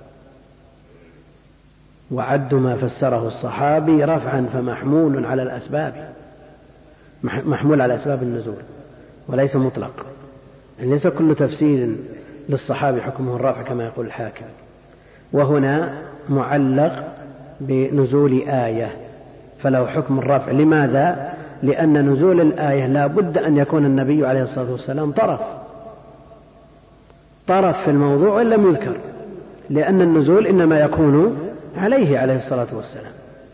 وعدوا ما فسره الصحابي رفعا فمحمول على الأسباب، محمول على أسباب النزول وليس مطلق، يعني ليس كل تفسير للصحابي حكمه الرفع كما يقول الحاكم. وهنا معلق بنزول آية فله حكم الرفع. لماذا؟ لأن نزول الآية لا بد أن يكون النبي عليه الصلاة والسلام طرف طرف في الموضوع وإن لم يذكر، لأن النزول إنما يكون عليه عليه الصلاة والسلام.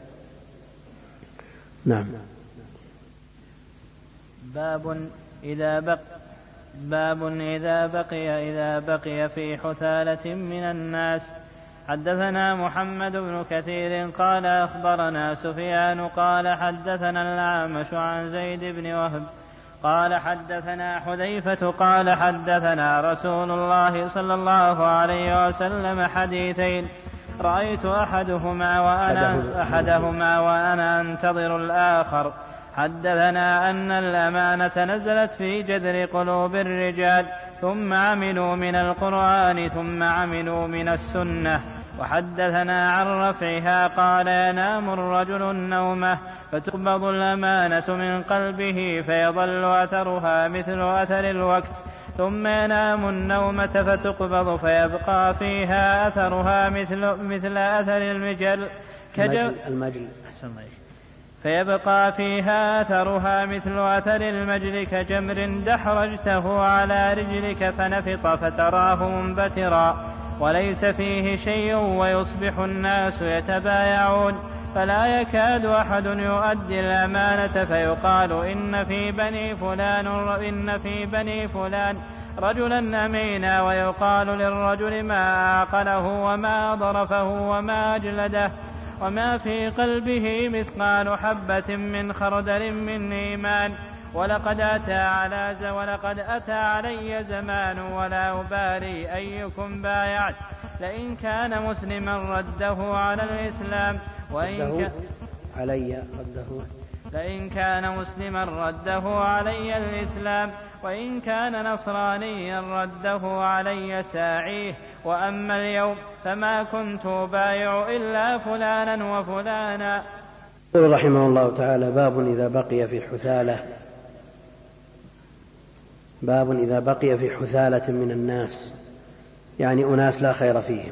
نعم. باب إذا بق باب إذا بقي إذا بقي في حثالة من الناس. حدثنا محمد بن كثير قال أخبرنا سفيان قال حدثنا الأعمش عن زيد بن وهب قال حدثنا حذيفة قال حدثنا رسول الله صلى الله عليه وسلم حديثين رأيت أحدهما وأنا, أحدهما وأنا أنتظر الآخر. حدثنا أن الأمانة نزلت في جذر قلوب الرجال ثم عملوا من القرآن ثم عملوا من السنة. وحدثنا عن رفعها قال ينام الرجل النومة فتقبض الأمانة من قلبه فيظل أثرها مثل أثر الوقت ثم ينام النومة فتقبض فيبقى فيها أثرها مثل, مثل أثر المجل كجو المجل فيبقى فيها أثرها مثل أثر المجل كجمر دحرجته على رجلك فنفط فتراه منبترا وليس فيه شيء ويصبح الناس يتبايعون فلا يكاد أحد يؤدي الأمانة فيقال إن في بني فلان إن في بني فلان رجلا أمينا ويقال للرجل ما أعقله وما ضرفه وما أجلده وما في قلبه مثقال حبة من خردل من إيمان. ولقد أتى على ولقد أتى علي زمان ولا أبالي أيكم بايعت لئن كان مسلما رده على الإسلام وإن كان علي رده لئن كان مسلما رده علي الإسلام وإن كان نصرانيا رده علي ساعيه. وأما اليوم فما كنت بايع إلا فلانا وفلانا. يقول رحمه الله تعالى باب إذا بقي في حثالة باب إذا بقي في حثالة من الناس، يعني أناس لا خير فيهم،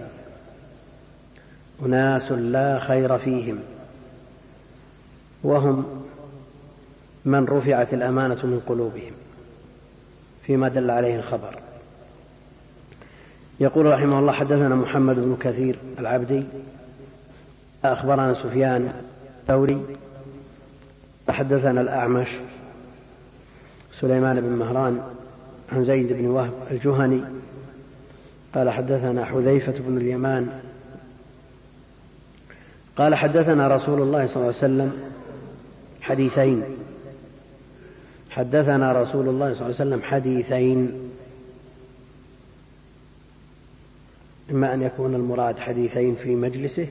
أناس لا خير فيهم، وهم من رفعت الأمانة من قلوبهم فيما دل عليه الخبر. يقول رحمه الله حدثنا محمد بن كثير العبدي أخبرنا سفيان الثوري حدثنا الأعمش سليمان بن مهران عن زيد بن وهب الجهني قال حدثنا حذيفة بن اليمان قال حدثنا رسول الله صلى الله عليه وسلم حديثين حدثنا رسول الله صلى الله عليه وسلم حديثين إما أن يكون المراد حديثين في مجلسه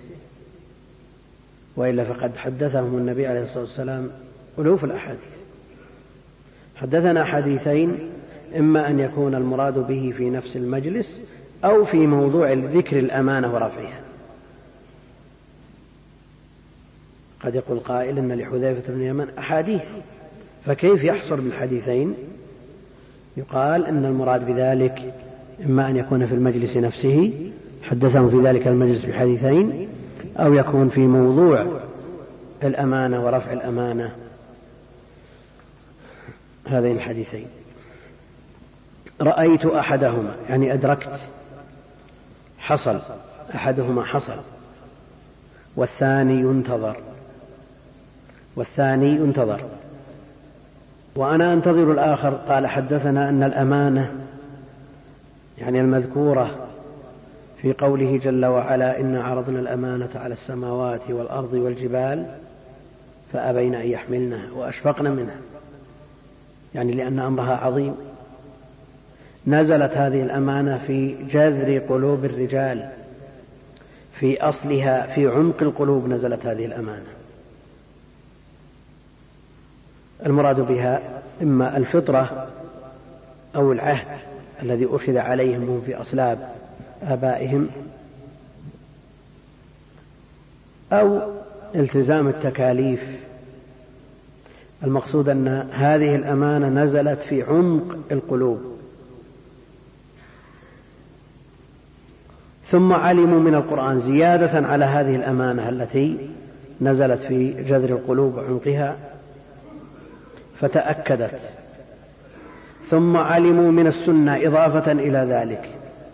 وإلا فقد حدثهم النبي عليه الصلاة والسلام ألوف الأحاديث. حدثنا حديثين إما أن يكون المراد به في نفس المجلس أو في موضوع ذكر الأمانة ورفعها. قد يقول قائل إن لحذيفة بن اليمان أحاديث، فكيف يحصر بالحديثين؟ يقال إن المراد بذلك إما أن يكون في المجلس نفسه حدثهم في ذلك المجلس بحديثين، أو يكون في موضوع الأمانة ورفع الأمانة هذين الحديثين. رأيت أحدهما يعني أدركت، حصل، أحدهما حصل، والثاني ينتظر، والثاني ينتظر. وأنا أنتظر الآخر. قال حدثنا أن الأمانة يعني المذكورة في قوله جل وعلا إنا عرضنا الأمانة على السماوات والأرض والجبال فأبين أن يحملنها وأشفقن منها، يعني لأن أمرها عظيم. نزلت هذه الأمانة في جذر قلوب الرجال، في أصلها، في عمق القلوب نزلت هذه الأمانة. المراد بها إما الفطرة أو العهد الذي أخذ عليهم هم في أصلاب آبائهم، أو التزام التكاليف. المقصود أن هذه الأمانة نزلت في عمق القلوب. ثم علموا من القرآن زيادة على هذه الأمانة التي نزلت في جذر القلوب وعمقها فتأكدت. ثم علموا من السنة إضافة إلى ذلك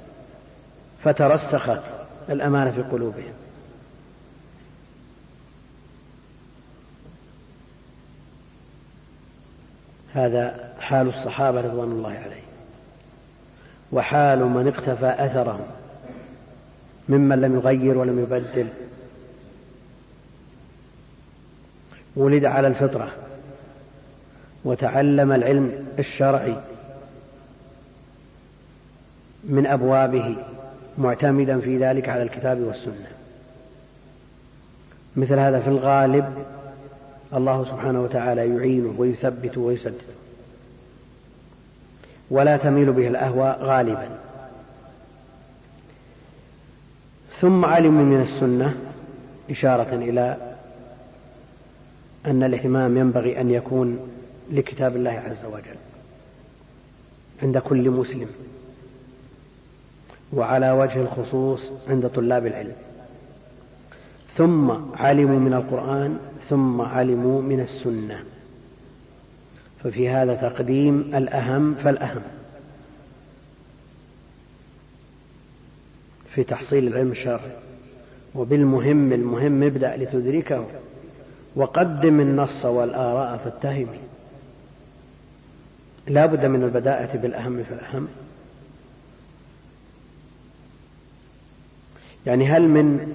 فترسخت الأمانة في قلوبهم. هذا حال الصحابة رضوان الله عليهم، وحال من اقتفى أثرهم ممن لم يغير ولم يبدل، ولد على الفطرة وتعلم العلم الشرعي من أبوابه معتمدا في ذلك على الكتاب والسنة. مثل هذا في الغالب الله سبحانه وتعالى يعينه ويثبت ويسدد، ولا تميل به الأهواء غالبا. ثم علموا من السنة إشارة إلى أن الاهتمام ينبغي أن يكون لكتاب الله عز وجل عند كل مسلم، وعلى وجه الخصوص عند طلاب العلم. ثم علموا من القرآن، ثم علموا من السنة، ففي هذا تقديم الأهم فالأهم في تحصيل العلم الشرعي. وبالمهم المهم ابدأ لتدركه، وقدم النص والآراء فاتهمي. لا بد من البداءة بالأهم فالأهم. يعني هل من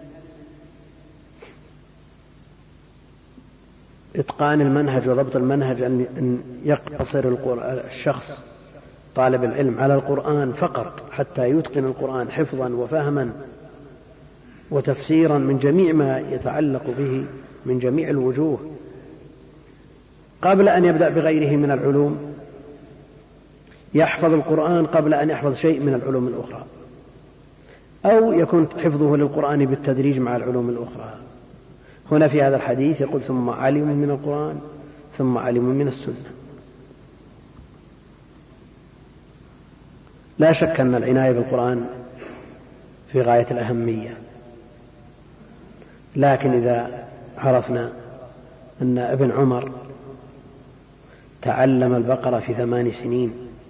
إتقان المنهج وضبط المنهج أن يقتصر الشخص طالب العلم على القرآن فقط حتى يتقن القرآن حفظا وفهما وتفسيرا من جميع ما يتعلق به من جميع الوجوه، قبل أن يبدأ بغيره من العلوم؟ يحفظ القرآن قبل أن يحفظ شيء من العلوم الأخرى، أو يكون حفظه للقرآن بالتدريج مع العلوم الأخرى. هنا في هذا الحديث يقول ثم علموا من القرآن ثم علموا من السنة. لا شك أن العناية بالقرآن في غاية الأهمية، لكن إذا عرفنا أن ابن عمر تعلم البقرة في ثمان سنين،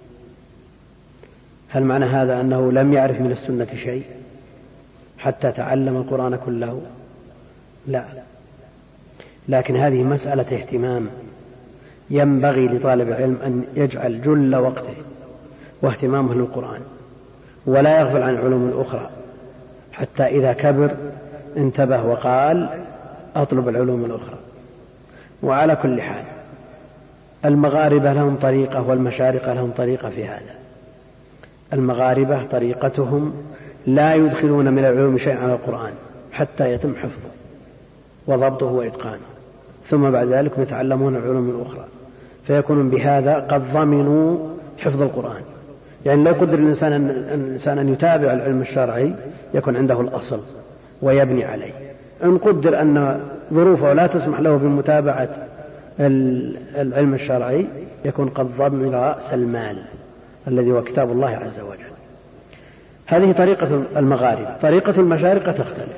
هل معنى هذا أنه لم يعرف من السنة شيء حتى تعلم القرآن كله؟ لا، لكن هذه مسألة اهتمام. ينبغي لطالب العلم أن يجعل جل وقته واهتمامه للقرآن، ولا يغفل عن العلوم الأخرى، حتى إذا كبر انتبه وقال أطلب العلوم الأخرى. وعلى كل حال المغاربة لهم طريقة والمشارقة لهم طريقة في هذا. المغاربة طريقتهم لا يدخلون من العلوم شيئا على القرآن حتى يتم حفظه وضبطه وإتقانه، ثم بعد ذلك يتعلمون العلوم الأخرى، فيكون بهذا قد ضمنوا حفظ القرآن. يعني لو قدر الإنسان أن, الإنسان أن يتابع العلم الشرعي يكون عنده الأصل ويبني عليه. إن قدر أن ظروفه لا تسمح له بمتابعة العلم الشرعي يكون قد ضمن رأس المال الذي هو كتاب الله عز وجل. هذه طريقة المغاربة. طريقة المشارقة تختلف،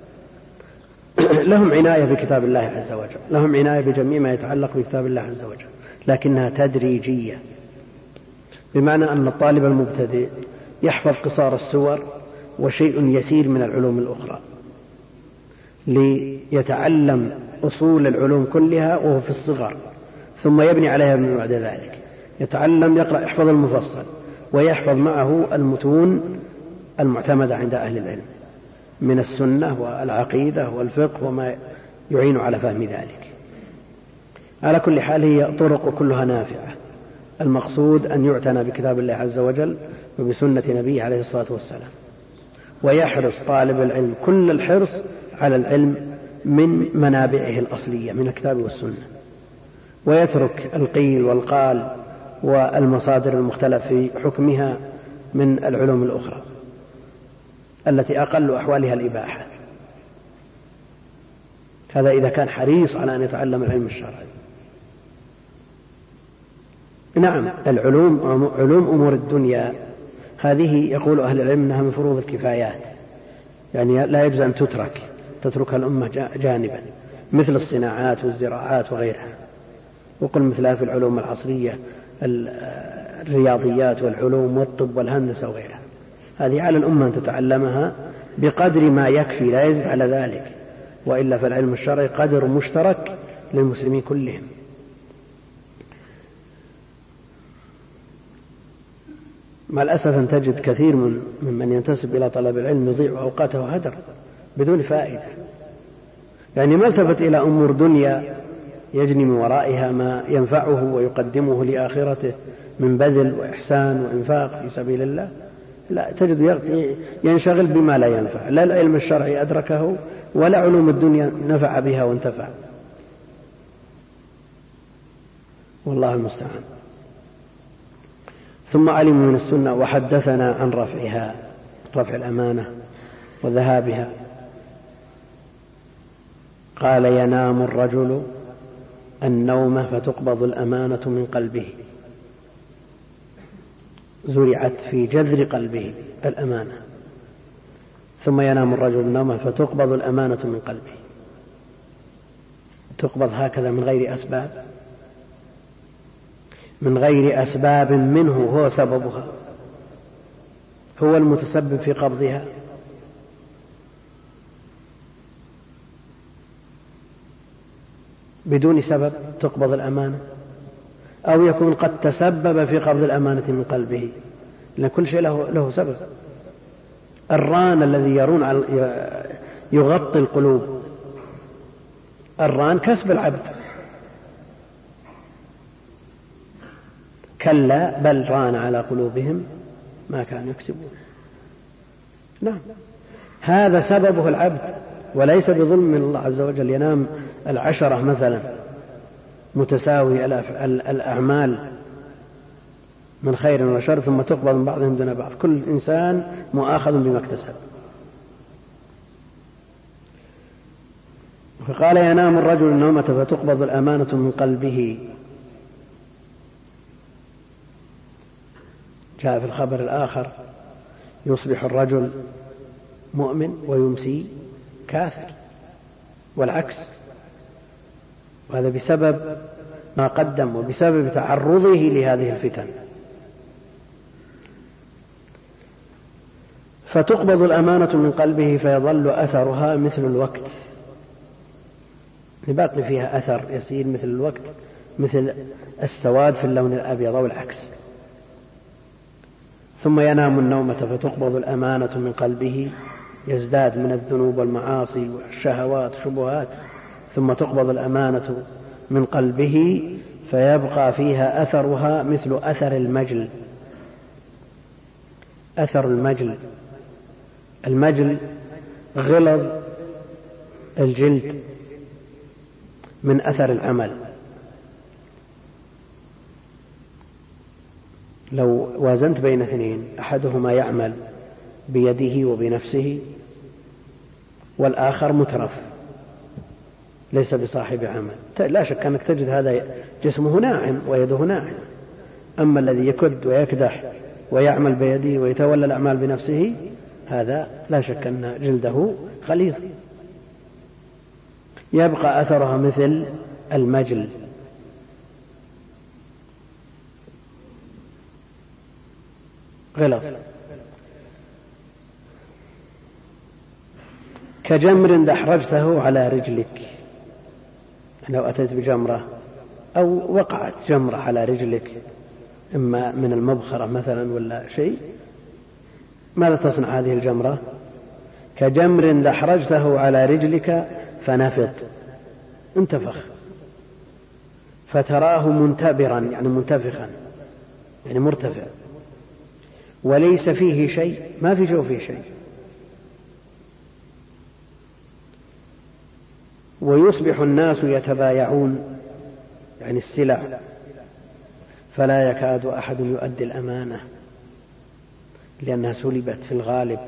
لهم عناية بكتاب الله عز وجل، لهم عناية بجميع ما يتعلق بكتاب الله عز وجل، لكنها تدريجية، بمعنى أن الطالب المبتدئ يحفظ قصار السور وشيء يسير من العلوم الأخرى ليتعلم أصول العلوم كلها وهو في الصغر، ثم يبني عليها من بعد ذلك. يتعلم يقرأ يحفظ المفصل ويحفظ معه المتون المعتمدة عند أهل العلم من السنة والعقيدة والفقه وما يعين على فهم ذلك. على كل حال هي طرق كلها نافعة. المقصود أن يعتنى بكتاب الله عز وجل وبسنة نبيه عليه الصلاة والسلام، ويحرص طالب العلم كل الحرص على العلم من منابعه الأصلية من الكتاب والسنة، ويترك القيل والقال والمصادر المختلف في حكمها من العلوم الأخرى التي أقل أحوالها الإباحة. هذا إذا كان حريص على أن يتعلم العلم الشرعي. نعم، العلوم علوم أمور الدنيا هذه يقول أهل العلم أنها من فروض الكفايات، يعني لا يجوز أن تترك تتركها الأمة جانبا، مثل الصناعات والزراعات وغيرها، وقل مثلها في العلوم العصرية الرياضيات والعلوم والطب والهندسة وغيرها. هذه على الأمة أن تتعلمها بقدر ما يكفي لا يزيد على ذلك، وإلا فالعلم الشرعي قدر مشترك للمسلمين كلهم. مع الأسف أن تجد كثير من من ينتسب إلى طلب العلم يضيع أوقاته هدر بدون فائدة، يعني ما التفت إلى أمور دنيا يجني من ورائها ما ينفعه ويقدمه لآخرته من بذل وإحسان وإنفاق في سبيل الله، لا، تجد ينشغل بما لا ينفع، لا العلم الشرعي أدركه ولا علوم الدنيا نفع بها وانتفع، والله المستعان. ثم علموا من السنة وحدثنا عن رفعها، رفع الأمانة وذهابها. قال: ينام الرجل النوم فتقبض الأمانة من قلبه، زرعت في جذر قلبه الأمانة، ثم ينام الرجل النوم فتقبض الأمانة من قلبه. تقبض هكذا من غير أسباب، من غير أسباب منه هو سببها، هو المتسبب في قبضها، بدون سبب تقبض الأمانة، أو يكون قد تسبب في قبض الأمانة من قلبه، لأن كل شيء له, له سبب. الران الذي يرون على يغطي القلوب، الران كسب العبد، كلا بل ران على قلوبهم ما كانوا يكسبون. نعم، هذا سببه العبد وليس بظلم من الله عز وجل. ينام العشرة مثلا متساوي الأعمال من خير وشر، ثم تقبض من بعضهم دون بعض، كل إنسان مؤاخذ بما اكتسب. فقال: ينام الرجل النومة فتقبض الأمانة من قلبه. جاء في الخبر الآخر: يصبح الرجل مؤمن ويمسي كافر، والعكس، وهذا بسبب ما قدم وبسبب تعرضه لهذه الفتن. فتقبض الأمانة من قلبه فيظل أثرها مثل الوقت، باقي فيها أثر يسير مثل الوقت، مثل السواد في اللون الأبيض أو العكس. ثم ينام النومة فتقبض الأمانة من قلبه، يزداد من الذنوب والمعاصي والشهوات والشبهات، ثم تقبض الأمانة من قلبه فيبقى فيها أثرها مثل أثر المجل. أثر المجل، المجل غلظ الجلد من أثر العمل. لو وازنت بين اثنين، أحدهما يعمل بيده وبنفسه والآخر مترف، ليس بصاحب عمل. لا شك أنك تجد هذا جسمه ناعم ويده ناعم، أما الذي يكد ويكدح ويعمل بيده ويتولى الأعمال بنفسه هذا لا شك أن جلده غليظ. يبقى أثرها مثل المجل، غلظ. كجمر دحرجته على رجلك، لو أتيت بجمرة أو وقعت جمرة على رجلك إما من المبخرة مثلا ولا شيء، ماذا تصنع هذه الجمرة؟ كجمر دحرجته على رجلك فنفط، انتفخ، فتراه منتبرا يعني منتفخا يعني مرتفع، وليس فيه شيء، ما في جو فيه شيء، ويصبح الناس يتبايعون يعني السلع، فلا يكاد أحد يؤدي الأمانة لأنها سلبت في الغالب،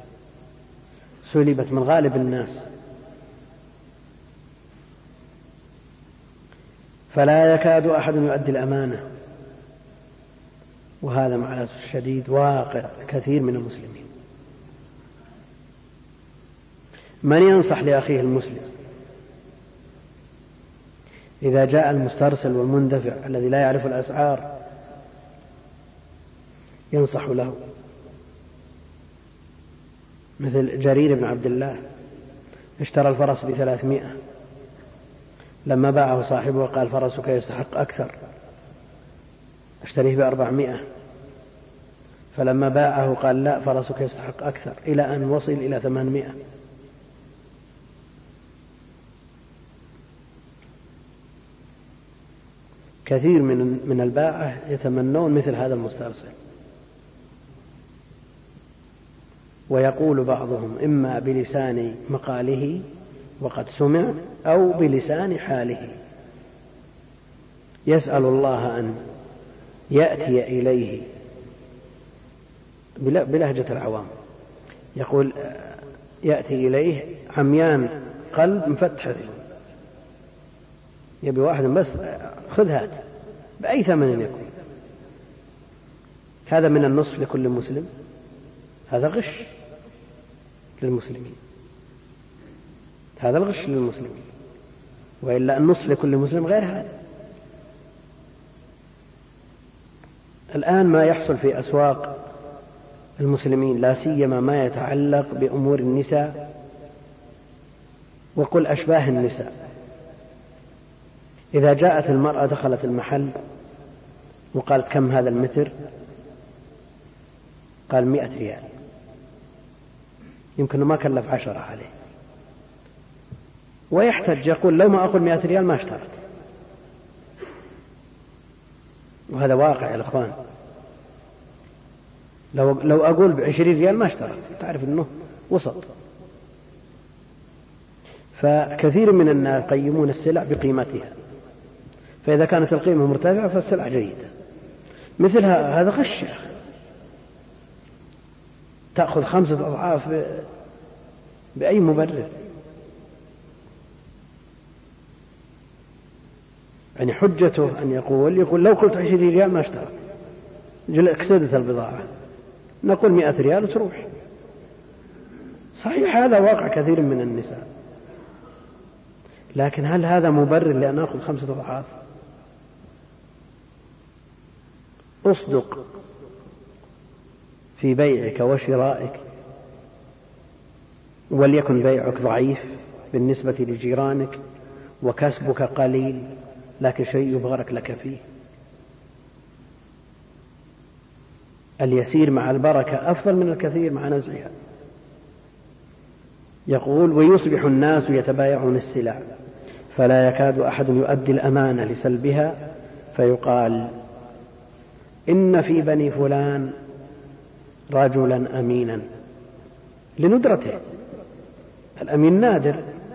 سلبت من غالب الناس، فلا يكاد أحد يؤدي الأمانة. وهذا مع الأسف الشديد واقع كثير من المسلمين. من ينصح لأخيه المسلم إذا جاء المسترسل والمندفع الذي لا يعرف الأسعار ينصح له؟ مثل جرير بن عبد الله اشترى الفرس بثلاثمائة، لما باعه صاحبه قال فرسك يستحق أكثر، اشتريه بأربعمائة، فلما باعه قال لا فرسك يستحق أكثر، إلى أن وصل إلى ثمانمائة. كثير من من الباعة يتمنون مثل هذا المسترسل، ويقول بعضهم إما بلسان مقاله وقد سمع أو بلسان حاله، يسأل الله أن يأتي إليه بلهجة العوام، يقول يأتي إليه عميان قلب مفتح، يبي واحد بس خذ هات بأي ثمن يكون. هذا من النصف لكل مسلم، هذا غش للمسلمين، هذا الغش للمسلمين، وإلا النصف لكل مسلم غير هذا. الآن ما يحصل في أسواق المسلمين لا سيما ما يتعلق بأمور النساء، وقل أشباه النساء، إذا جاءت المرأة دخلت المحل وقالت كم هذا المتر؟ قال مئة ريال، يمكن ما كلف عشرة عليه، ويحتج يقول لو ما أقول مئة ريال ما اشترت. وهذا واقع يا إخوان، لو, لو أقول بعشرين ريال ما اشترت، تعرف أنه وسط. فكثير من الناس يقيمون السلع بقيمتها، فإذا كانت القيمة مرتفعة فالسلع جيدة. مثل هذا غش، تأخذ خمسة أضعاف بأي مبرر؟ يعني حجته أن يقول يقول لو قلت عشرين ريال ما اشترى، اكسدت البضاعة، نقول مئة ريال وتروح. صحيح هذا واقع كثير من النساء، لكن هل هذا مبرر لأن نأخذ خمسة أضعاف؟ أصدق في بيعك وشرائك، وليكن بيعك ضعيف بالنسبة لجيرانك وكسبك قليل، لكن شيء يبغرك لك فيه. اليسير مع البركة أفضل من الكثير مع نزعها. يقول ويصبح الناس يتبايعون السلع فلا يكاد أحد يؤدي الأمانة لسلبها، فيقال إن في بني فلان رجلا أمينا لندرته، الأمين نادر.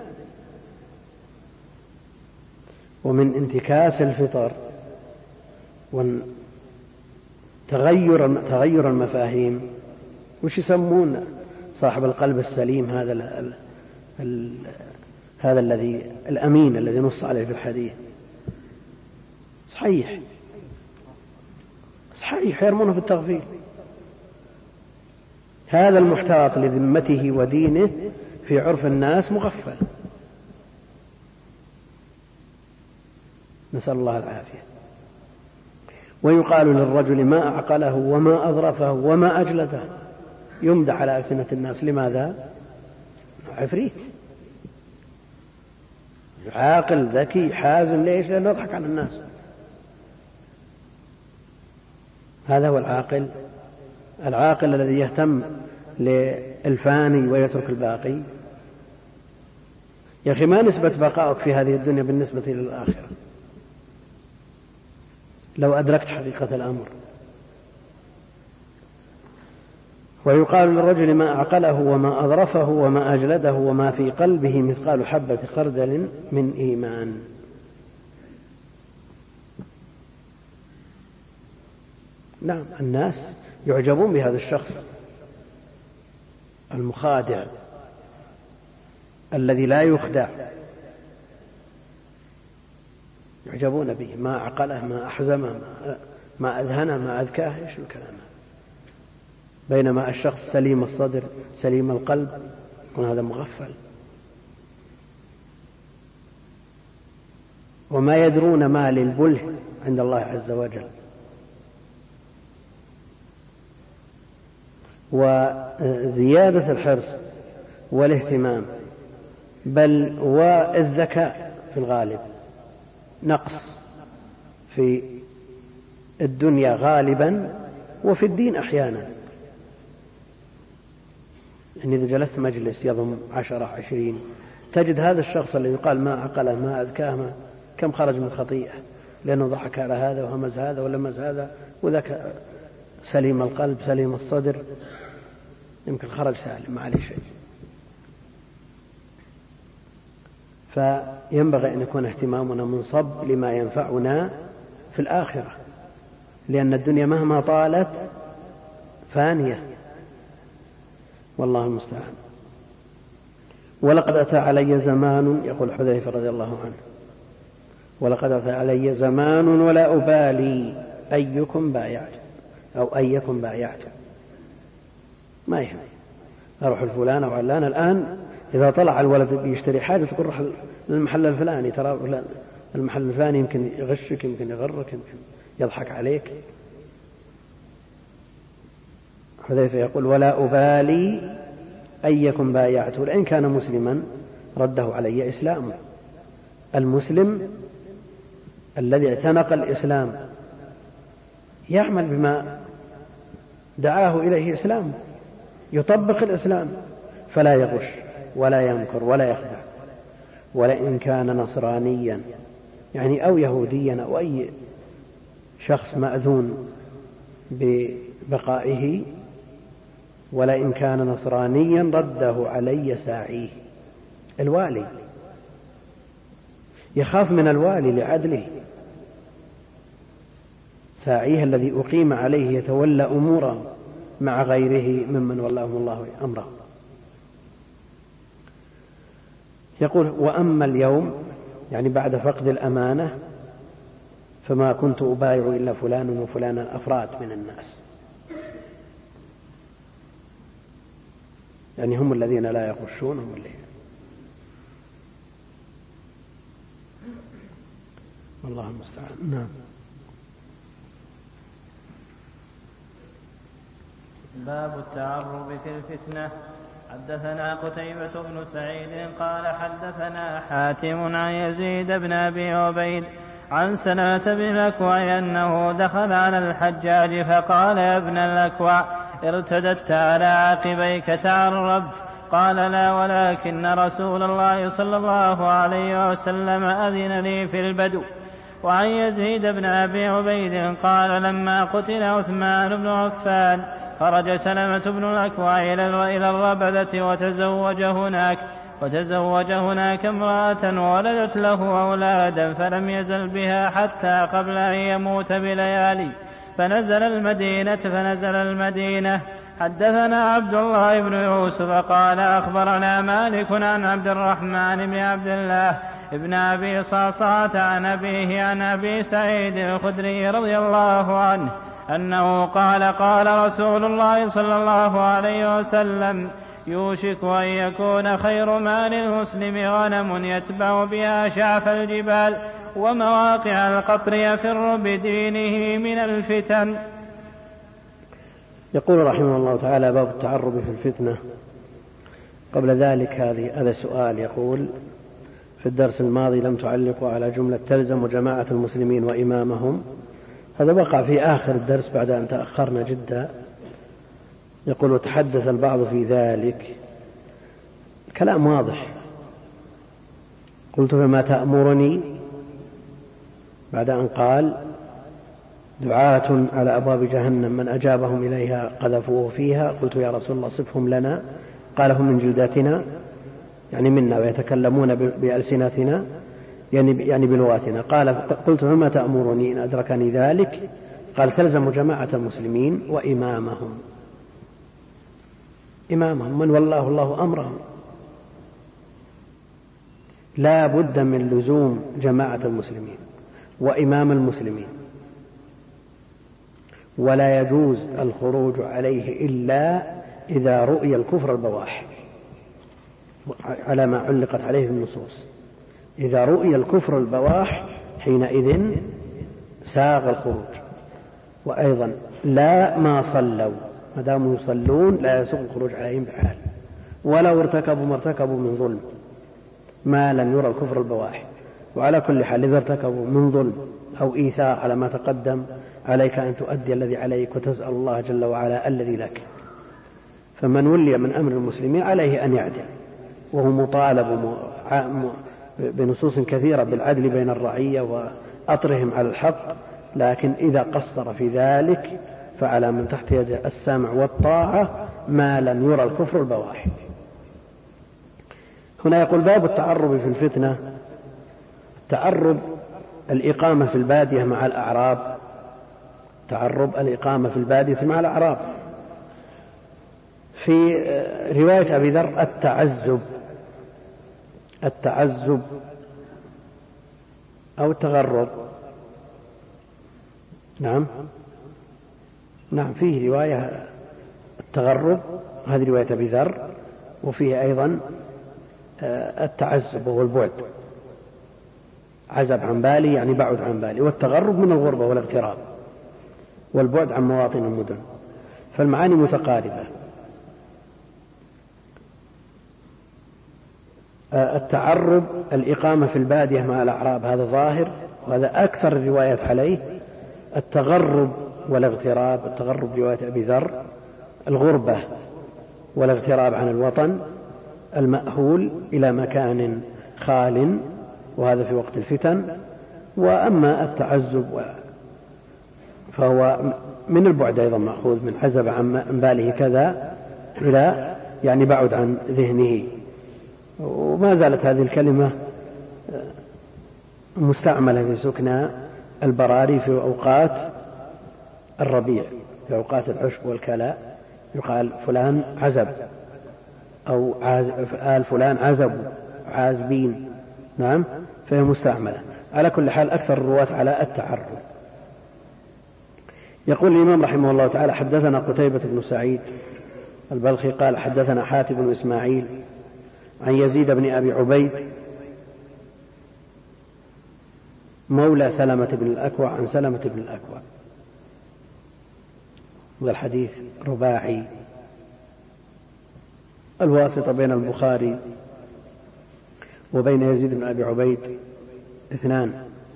ومن انتكاس الفطر وتغير تغير المفاهيم، وش يسمون صاحب القلب السليم هذا ال ال ال هذا الذي الأمين الذي نص عليه في الحديث صحيح صحيح يرمونه في التغفيل. هذا المحتاط لذمته ودينه في عرف الناس مغفل، نسأل الله العافية. ويقال للرجل ما أعقله وما أظرفه وما أجلده، يمدح على ألسنة الناس. لماذا؟ عفريت عاقل ذكي حازم. ليش؟ لأنه يضحك على الناس. هذا هو العاقل. العاقل الذي يهتم للفاني ويترك الباقي. يا أخي ما نسبة بقائك في هذه الدنيا بالنسبة للآخرة لو أدركت حقيقة الأمر؟ ويقال للرجل ما أعقله وما أظرفه وما أجلده وما في قلبه مثقال حبة خردل من إيمان. نعم الناس يعجبون بهذا الشخص المخادع الذي لا يخدع، يعجبون به. ما عقله ما أحزمه ما أذهنه ما أذكاه. إيش الكلام؟ بينما الشخص سليم الصدر سليم القلب يكون هذا مغفل. وما يدرون ما للبله عند الله عز وجل. وزيادة الحرص والاهتمام بل والذكاء في الغالب نقص في الدنيا غالبا وفي الدين أحيانا. يعني إذا جلست مجلس يضم عشرة عشرين تجد هذا الشخص الذي يقال ما عقله ما أذكاه ما كم خرج من خطيئة لأنه ضحك على هذا وهمز هذا ولمز هذا، وذاك سليم القلب سليم الصدر يمكن خرج سالم ما عليه شيء. فينبغي أن يكون اهتمامنا منصب لما ينفعنا في الآخرة، لأن الدنيا مهما طالت فانية والله المستعان. ولقد أتى علي زمان، يقول حذيفة رضي الله عنه، ولقد أتى علي زمان ولا أبالي أيكم بايعت أو أيكم بايعت، ما يهم أروح الفلان أو علان. الآن إذا طلع الولد بيشتري حاجة تقول روح للمحل الفلاني، ترى المحل الفلاني يمكن يغشك يمكن يغرك يمكن يضحك عليك. حذيفة يقول ولا أبالي أيكم بايعته، لأن كان مسلما رده علي إسلامه. المسلم الذي اعتنق الإسلام يعمل بما دعاه إليه إسلامه، يطبق الإسلام فلا يغش ولا يمكر ولا يخدع. ولئن كان نصرانيا يعني أو يهوديا أو أي شخص مأذون ببقائه، ولئن كان نصرانيا رده علي ساعيه. الوالي يخاف من الوالي لعدله، ساعيه الذي أقيم عليه يتولى أموره مع غيره ممن ولاهم الله أمره. يقول وأما اليوم يعني بعد فقد الأمانة فما كنت أبايع إلا فلان وفلانا أفراد من الناس، يعني هم الذين لا يغشون هم اللي والله المستعان. نعم. باب التعرب في الفتنة. حدثنا قتيبة بن سعيد قال حدثنا حاتم عن يزيد بن أبي عبيد عن سلمة بن الأكوع أنه دخل على الحجاج فقال يا ابن الأكوع ارتدت على عقبيك تعربت؟ قال لا، ولكن رسول الله صلى الله عليه وسلم أذن لي في البدو. وعن يزيد بن أبي عبيد قال لما قتل عثمان بن عفان خرج سلمة بن الأكوع إلى الربذة وتزوج هناك وتزوج هناك امرأة ولدت له أولادا، فلم يزل بها حتى قبل أن يموت بليالي، فنزل المدينة فنزل المدينة حدثنا عبد الله بن يوسف قال أخبرنا مالك عن عبد الرحمن بن عبد الله ابن أبي صعصعة عن أبيه عن أبي سعيد الخدري رضي الله عنه أنه قال قال رسول الله صلى الله عليه وسلم يوشك أن يكون خير مال المسلم غنم يتبع بها شعف الجبال ومواقع القطر يفر بدينه من الفتن. يقول رحمه الله تعالى باب التعرب في الفتنة. قبل ذلك هذه هذا سؤال يقول في الدرس الماضي لم تعلقوا على جملة تلزم جماعة المسلمين وإمامهم. هذا وقع في آخر الدرس بعد أن تأخرنا جدا. يقول وتحدث البعض في ذلك. كلام واضح. قلت فما تأمرني بعد أن قال دعاة على أبواب جهنم من أجابهم إليها قذفوه فيها. قلت يا رسول الله صفهم لنا. قال هم من جلدتنا يعني منا ويتكلمون بألسنتنا يعني, يعني بلغتنا. قال قلت فما تأمرني إن أدركني ذلك. قال تلزم جماعة المسلمين وإمامهم. إمامهم من والله الله أمرهم. لا بد من لزوم جماعة المسلمين وإمام المسلمين ولا يجوز الخروج عليه إلا إذا رؤي الكفر البواح على ما علقت عليه النصوص. إذا رؤي الكفر البواح حينئذ ساغ الخروج. وأيضا لا ما صلوا ما داموا يصلون لا يسوغ الخروج عليهم بحال ولو ارتكبوا ما ارتكبوا من ظلم ما لم يرى الكفر البواح. وعلى كل حال إذا ارتكبوا من ظلم أو إيثار على ما تقدم عليك أن تؤدي الذي عليك وتسأل الله جل وعلا الذي لك. فمن ولي من أمر المسلمين عليه أن يعدل وهو مطالب بنصوص كثيرة بالعدل بين الرعية وأطرهم على الحق. لكن إذا قصر في ذلك فعلى من تحت يد السمع والطاعة ما لم يرى الكفر البواح. هنا يقول باب التعرب في الفتنة. التعرب الإقامة في البادية مع الأعراب. تعرب الإقامة في البادية مع الأعراب. في رواية أبي ذر التعزب التعزب أو التغرب. نعم نعم فيه رواية التغرب هذه رواية أبي ذر. وفيه أيضا التعزب وهو البعد. عزب عن بالي يعني بعد عن بالي. والتغرب من الغربة والاغتراب والبعد عن مواطن المدن. فالمعاني متقاربة. التعرب الإقامة في البادية مع الأعراب هذا ظاهر وهذا أكثر الروايات عليه. التغرب والاغتراب التغرب رواية أبي ذر الغربة والاغتراب عن الوطن المأهول إلى مكان خال وهذا في وقت الفتن. وأما التعزب فهو من البعد أيضا مأخوذ من عزب عن باله كذا إلى يعني بعد عن ذهنه. وما زالت هذه الكلمة مستعملة في سكنى البراري في أوقات الربيع في أوقات العشب والكلاء. يقال فلان عزب أو آل فلان عزب عازبين. نعم فهي مستعملة. على كل حال أكثر الرواة على التعرب. يقول الإمام رحمه الله تعالى حدثنا قتيبة بن سعيد البلخي قال حدثنا حاتم بن إسماعيل عن يزيد بن أبي عبيد مولى سلمة بن الأكوع عن سلمة بن الأكوع. والحديث رباعي الواسطة بين البخاري وبين يزيد بن أبي عبيد اثنان.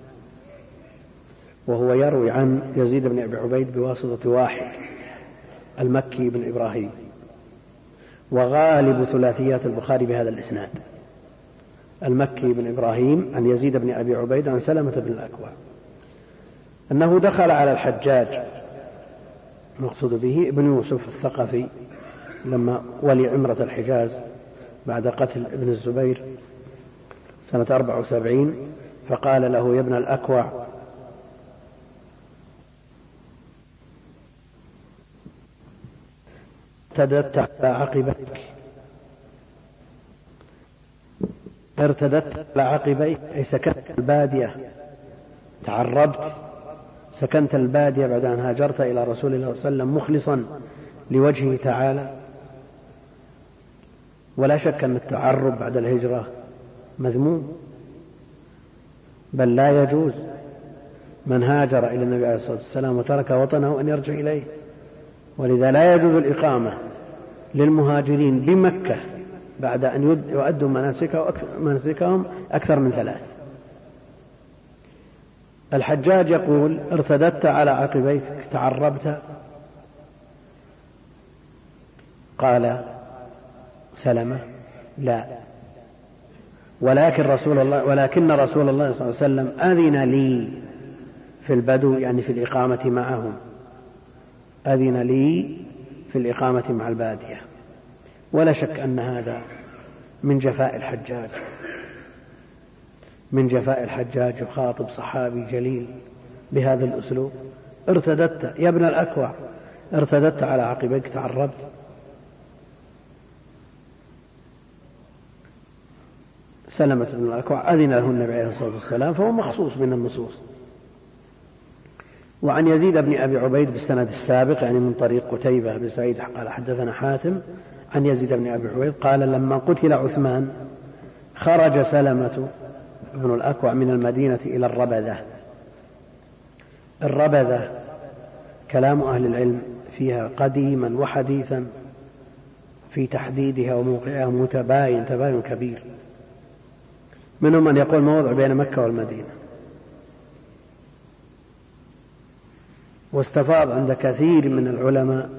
وهو يروي عن يزيد بن أبي عبيد بواسطة واحد المكي بن إبراهيم. وغالب ثلاثيات البخاري بهذا الإسناد المكي بن إبراهيم عن يزيد بن أبي عبيد عن سلمة بن الأكوع أنه دخل على الحجاج مقصود به ابن يوسف الثقفي لما ولي عمرة الحجاز بعد قتل ابن الزبير سنة أربع وسبعين. فقال له يا ابن الأكوع ارتدت على عقبيك. ارتدت على عقبيك أي سكنت البادية، تعربت، سكنت البادية بعد أن هاجرت إلى رسول الله صلى الله عليه وسلم مخلصا لوجهه تعالى. ولا شك أن التعرب بعد الهجرة مذموم، بل لا يجوز من هاجر إلى النبي عليه الصلاة والسلام وترك وطنه أن يرجع إليه. ولذا لا يجوز الإقامة للمهاجرين بمكة بعد أن يؤدوا مناسكهم أكثر من ثلاث. الحجاج يقول ارتدت على عقبيك، تعربت. قال سلمة لا، ولكن رسول الله ولكن رسول الله صلى الله عليه وسلم أذن لي في البدو، يعني في الإقامة معهم، أذن لي في الإقامة مع البادية. ولا شك أن هذا من جفاء الحجاج، من جفاء الحجاج يخاطب صحابي جليل بهذا الأسلوب. ارتدت يا ابن الأكوع، ارتدت على عقبيك، تعربت. سلمة بن الأكوع أذن له النبي عليه الصلاة والسلام، فهو مخصوص من النصوص. وعن يزيد بن أبي عبيد بالسند السابق، يعني من طريق قتيبة بن سعيد قال حدثنا حاتم عن يزيد بن أبي عبيد قال لما قتل عثمان خرج سلمة بن الأكوع من المدينة إلى الربذة. الربذة كلام أهل العلم فيها قديما وحديثا في تحديدها وموقعها متباين تباين كبير. منهم من يقول موضع بين مكة والمدينة، واستفاض عند كثير من العلماء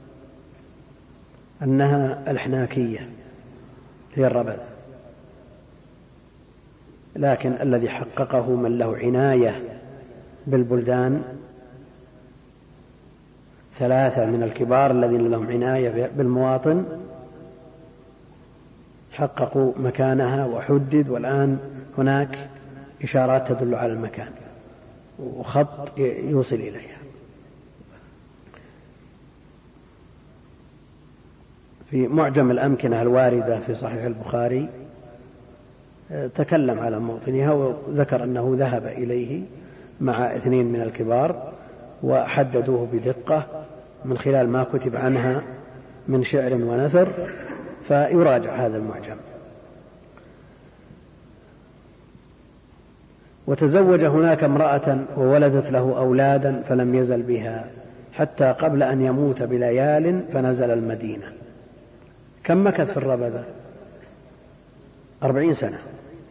أنها الحناكية هي الربذة، لكن الذي حققه من له عناية بالبلدان، ثلاثة من الكبار الذين لهم عناية بالمواطن حققوا مكانها وحدد، والآن هناك إشارات تدل على المكان وخط يوصل إليها. في معجم الأمكنة الواردة في صحيح البخاري تكلم على موطنها وذكر أنه ذهب إليه مع اثنين من الكبار وحددوه بدقة من خلال ما كتب عنها من شعر ونثر، فيراجع هذا المعجم. وتزوج هناك امرأة وولدت له أولادا فلم يزل بها حتى قبل أن يموت بليال فنزل المدينة. كم مكث في الربذة؟ أربعين سنة،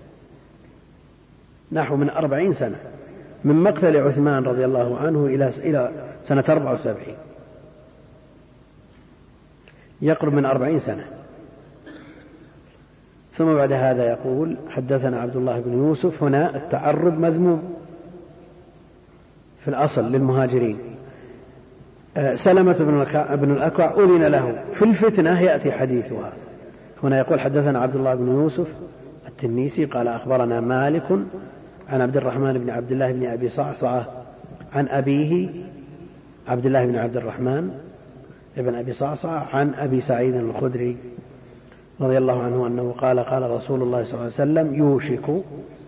نحو من أربعين سنة، من مقتل عثمان رضي الله عنه إلى سنة أربعة وسبعين، يقرب من أربعين سنة. ثم بعد هذا يقول حدثنا عبد الله بن يوسف. هنا التعرب مذموم في الأصل للمهاجرين. سلمة بن الأكوع أذن له في الفتنة يأتي حديثها. هنا يقول حدثنا عبد الله بن يوسف التنيسي قال أخبرنا مالك عن عبد الرحمن بن عبد الله بن أبي صعصعة عن أبيه عبد الله بن عبد الرحمن بن أبي صعصعة عن أبي سعيد الخدري رضي الله عنه أنه قال قال رسول الله صلى الله عليه وسلم يوشك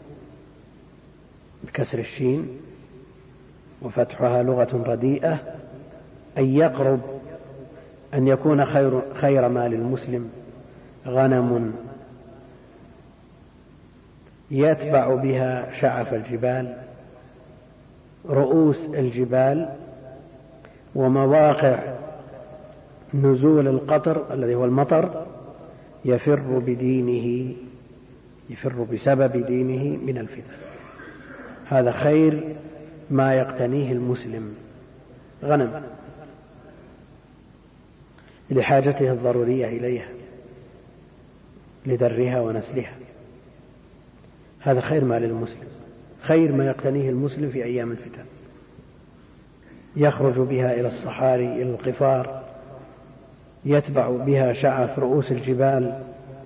بكسر الشين وفتحها لغة رديئة أن يقرب أن يكون خير, خير مال المسلم غنم يتبع بها شعف الجبال، رؤوس الجبال، ومواقع نزول القطر الذي هو المطر، يفر بدينه يفر بسبب دينه من الفتن. هذا خير ما يقتنيه المسلم، غنم لحاجته الضرورية إليها لذرها ونسلها. هذا خير ما للمسلم، خير ما يقتنيه المسلم في أيام الفتن، يخرج بها إلى الصحاري إلى القفار، يتبع بها شعف رؤوس الجبال،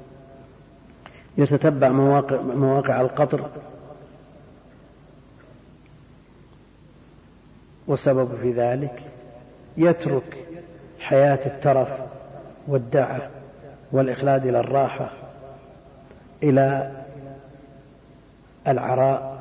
يتتبع مواقع, مواقع القطر. والسبب في ذلك يترك حياة الترف والدعة والإخلاد إلى الراحة، إلى العراء،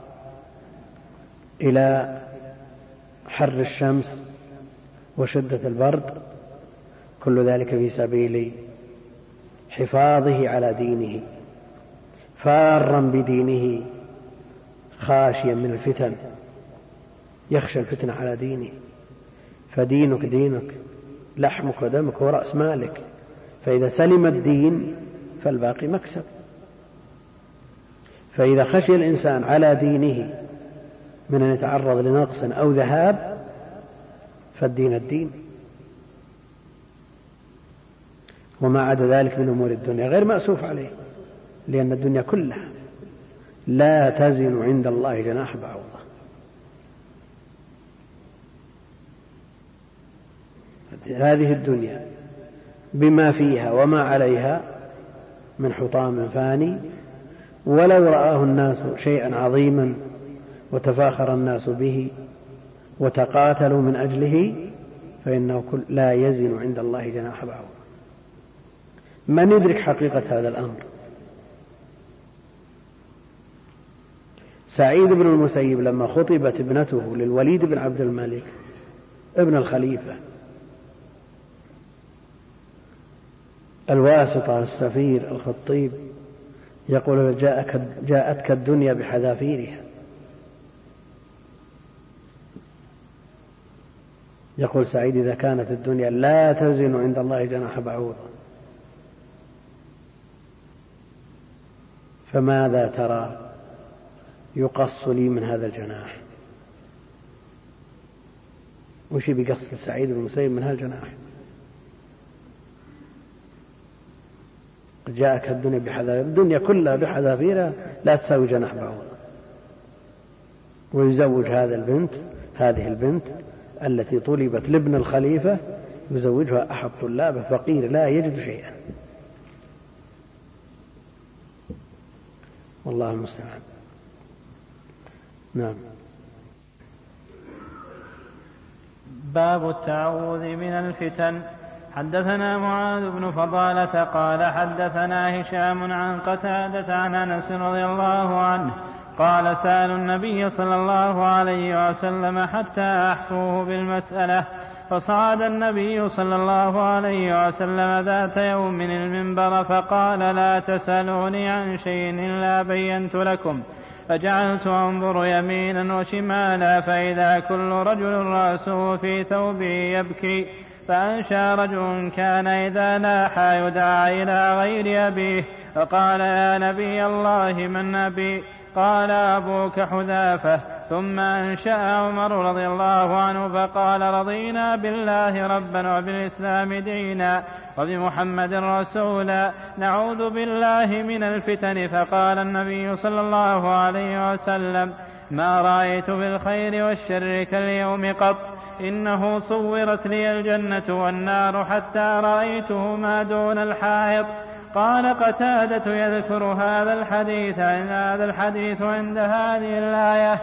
إلى حر الشمس وشدة البرد، كل ذلك في سبيل حفاظه على دينه، فارا بدينه خاشيا من الفتن، يخشى الفتن على دينه. فدينك دينك، لحمك ودمك ورأس مالك، فإذا سلم الدين فالباقي مكسب. فإذا خشي الإنسان على دينه من أن يتعرض لنقص أو ذهاب فالدين الدين، وما عدا ذلك من أمور الدنيا غير مأسوف عليه، لأن الدنيا كلها لا تزن عند الله جناح بعوضة. هذه الدنيا بما فيها وما عليها من حطام فاني، ولو رآه الناس شيئا عظيما وتفاخر الناس به وتقاتلوا من أجله فإنه لا يزن عند الله جناح بعوضة. من يدرك حقيقة هذا الأمر؟ سعيد بن المسيب لما خطبت ابنته للوليد بن عبد الملك ابن الخليفة الواسطة السفير الخطيب، يقول جاءك جاءتك الدنيا بحذافيرها. يقول سعيد إذا كانت الدنيا لا تزن عند الله جناح بعوضة فماذا ترى يقص لي من هذا الجناح؟ وش بقص سعيد بن المسيب من هذا الجناح؟ جاءك الدنيا بحذافيرها، الدنيا كلها بحذافيرها لا تساوي جناح بعوضة. ويزوج هذا البنت هذه البنت التي طلبت لابن الخليفة، يزوجها أحد طلابه فقير لا يجد شيئا. والله المستعان. نعم. باب التعوذ من الفتن. حدثنا معاذ بن فضالة قال حدثنا هشام عن قتادة عن أنس رضي الله عنه قال سألوا النبي صلى الله عليه وسلم حتى أحفوه بالمسألة، فصعد النبي صلى الله عليه وسلم ذات يوم من المنبر فقال لا تسألوني عن شيء إلا بينت لكم، فجعلت أنظر يمينا وشمالا فإذا كل رجل رأسه في ثوبه يبكي، فأنشى رجل كان إذا ناحى يدعى إلى غير أبيه فقال يا نبي الله من أبي؟ قال أبوك حذافة. ثم أنشأ عمر رضي الله عنه فقال رضينا بالله ربا وبالإسلام دينا وبمحمد رسولا نعوذ بالله من الفتن. فقال النبي صلى الله عليه وسلم ما رأيت بالخير والشر كاليوم قط، إنه صورت لي الجنة والنار حتى رأيتهما دون الحائط. قال قتادة يذكر هذا الحديث عند هذا الحديث عند هذه الآية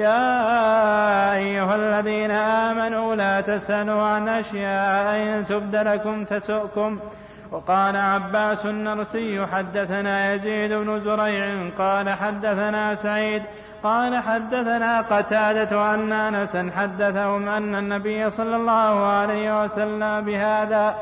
يا أيها الذين آمنوا لا تسألوا عن أشياء إن تبد لكم تسؤكم. وقال عباس النرسي حدثنا يزيد بن زريع قال حدثنا سعيد قال حدثنا قتادة أن أنسا حدثهم أن النبي صلى الله عليه وسلم بهذا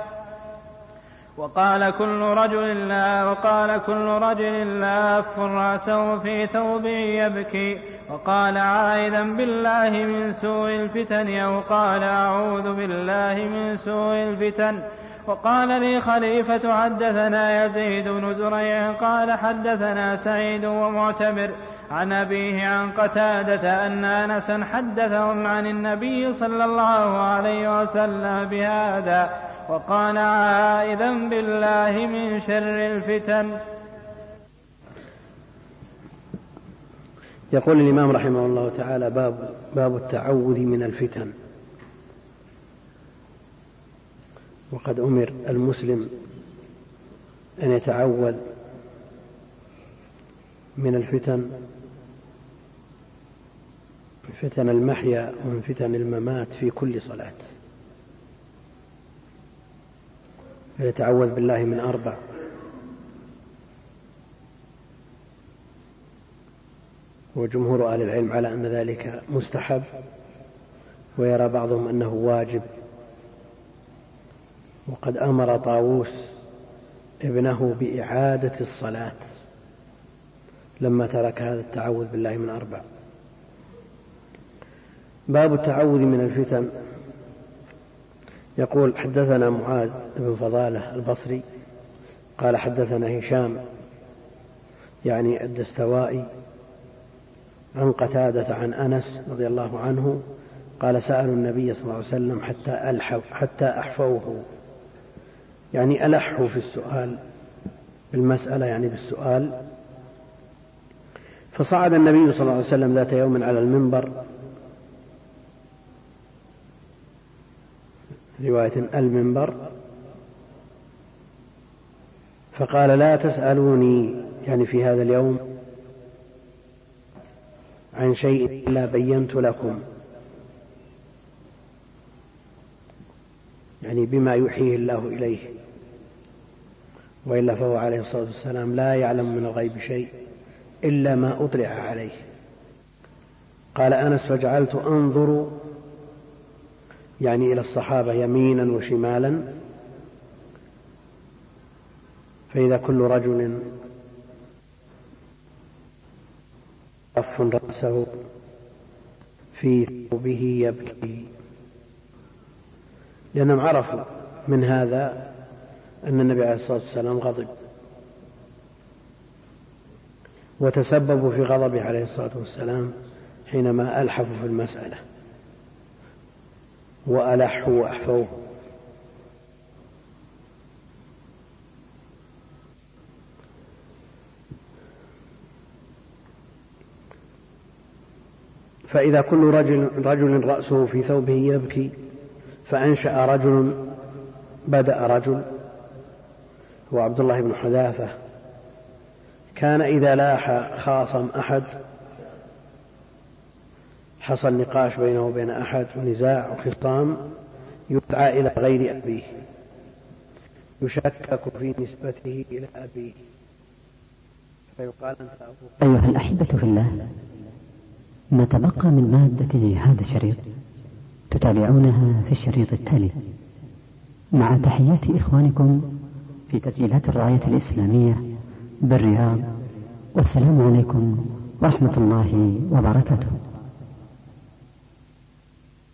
وقال كل رجل لا وقال كل رجل لاف رأسه في ثوبه يبكي، وقال عائذا بالله من سوء الفتن أو قال أعوذ بالله من سوء الفتن. وقال لي خليفة حدثنا يزيد بن زريع قال حدثنا سعيد ومعتمر عن أبيه عن قتادة أن أنسا حدثهم عن النبي صلى الله عليه وسلم بهذا وقال عائذا بالله من شر الفتن. يقول الإمام رحمه الله تعالى باب, باب التعوذ من الفتن. وقد أمر المسلم أن يتعوذ من الفتن، فتن المحيا ومن فتن الممات في كل صلاة. فيتعوذ بالله من أربع. وجمهور أهل العلم على أن ذلك مستحب، ويرى بعضهم أنه واجب. وقد أمر طاووس ابنه بإعادة الصلاة لما ترك هذا التعوذ بالله من أربع. باب التعوذ من الفتن. يقول حدثنا معاذ بن فضالة البصري قال حدثنا هشام يعني الدستوائي عن قتادة عن أنس رضي الله عنه قال سألوا النبي صلى الله عليه وسلم حتى ألحوا حتى أحفوه، يعني ألحوا في السؤال بالمسألة، يعني بالسؤال. فصعد النبي صلى الله عليه وسلم ذات يوم على المنبر، رواية المنبر، فقال لا تسألوني يعني في هذا اليوم عن شيء إلا بينت لكم، يعني بما يوحيه الله إليه، وإلا فهو عليه الصلاة والسلام لا يعلم من الغيب شيء إلا ما أطلع عليه. قال أنس فجعلت أنظر يعني إلى الصحابة يمينا وشمالا، فإذا كل رجل أف رأسه في ثوبه يبكي، لأنهم عرفوا من هذا أن النبي عليه الصلاة والسلام غضب، وتسببوا في غضبه عليه الصلاة والسلام حينما ألحفوا في المسألة وألحوا وأحفوه. فإذا كل رجل, رجل رأسه في ثوبه يبكي، فأنشأ رجل، بدأ رجل هو عبد الله بن حذافة، كان إذا لاح خاصم أحد حصل نقاش بينه وبين أحد ونزاع وخصام يدعى إلى غير أبيه، يشكك في نسبته إلى أبيه فيقال أنت أبوه. أيها الأحبة في الله، ما تبقى من مادة هذا الشريط تتابعونها في الشريط التالي، مع تحيات إخوانكم في تسجيلات الراية الإسلامية بالرياض، والسلام عليكم ورحمة الله وبركاته.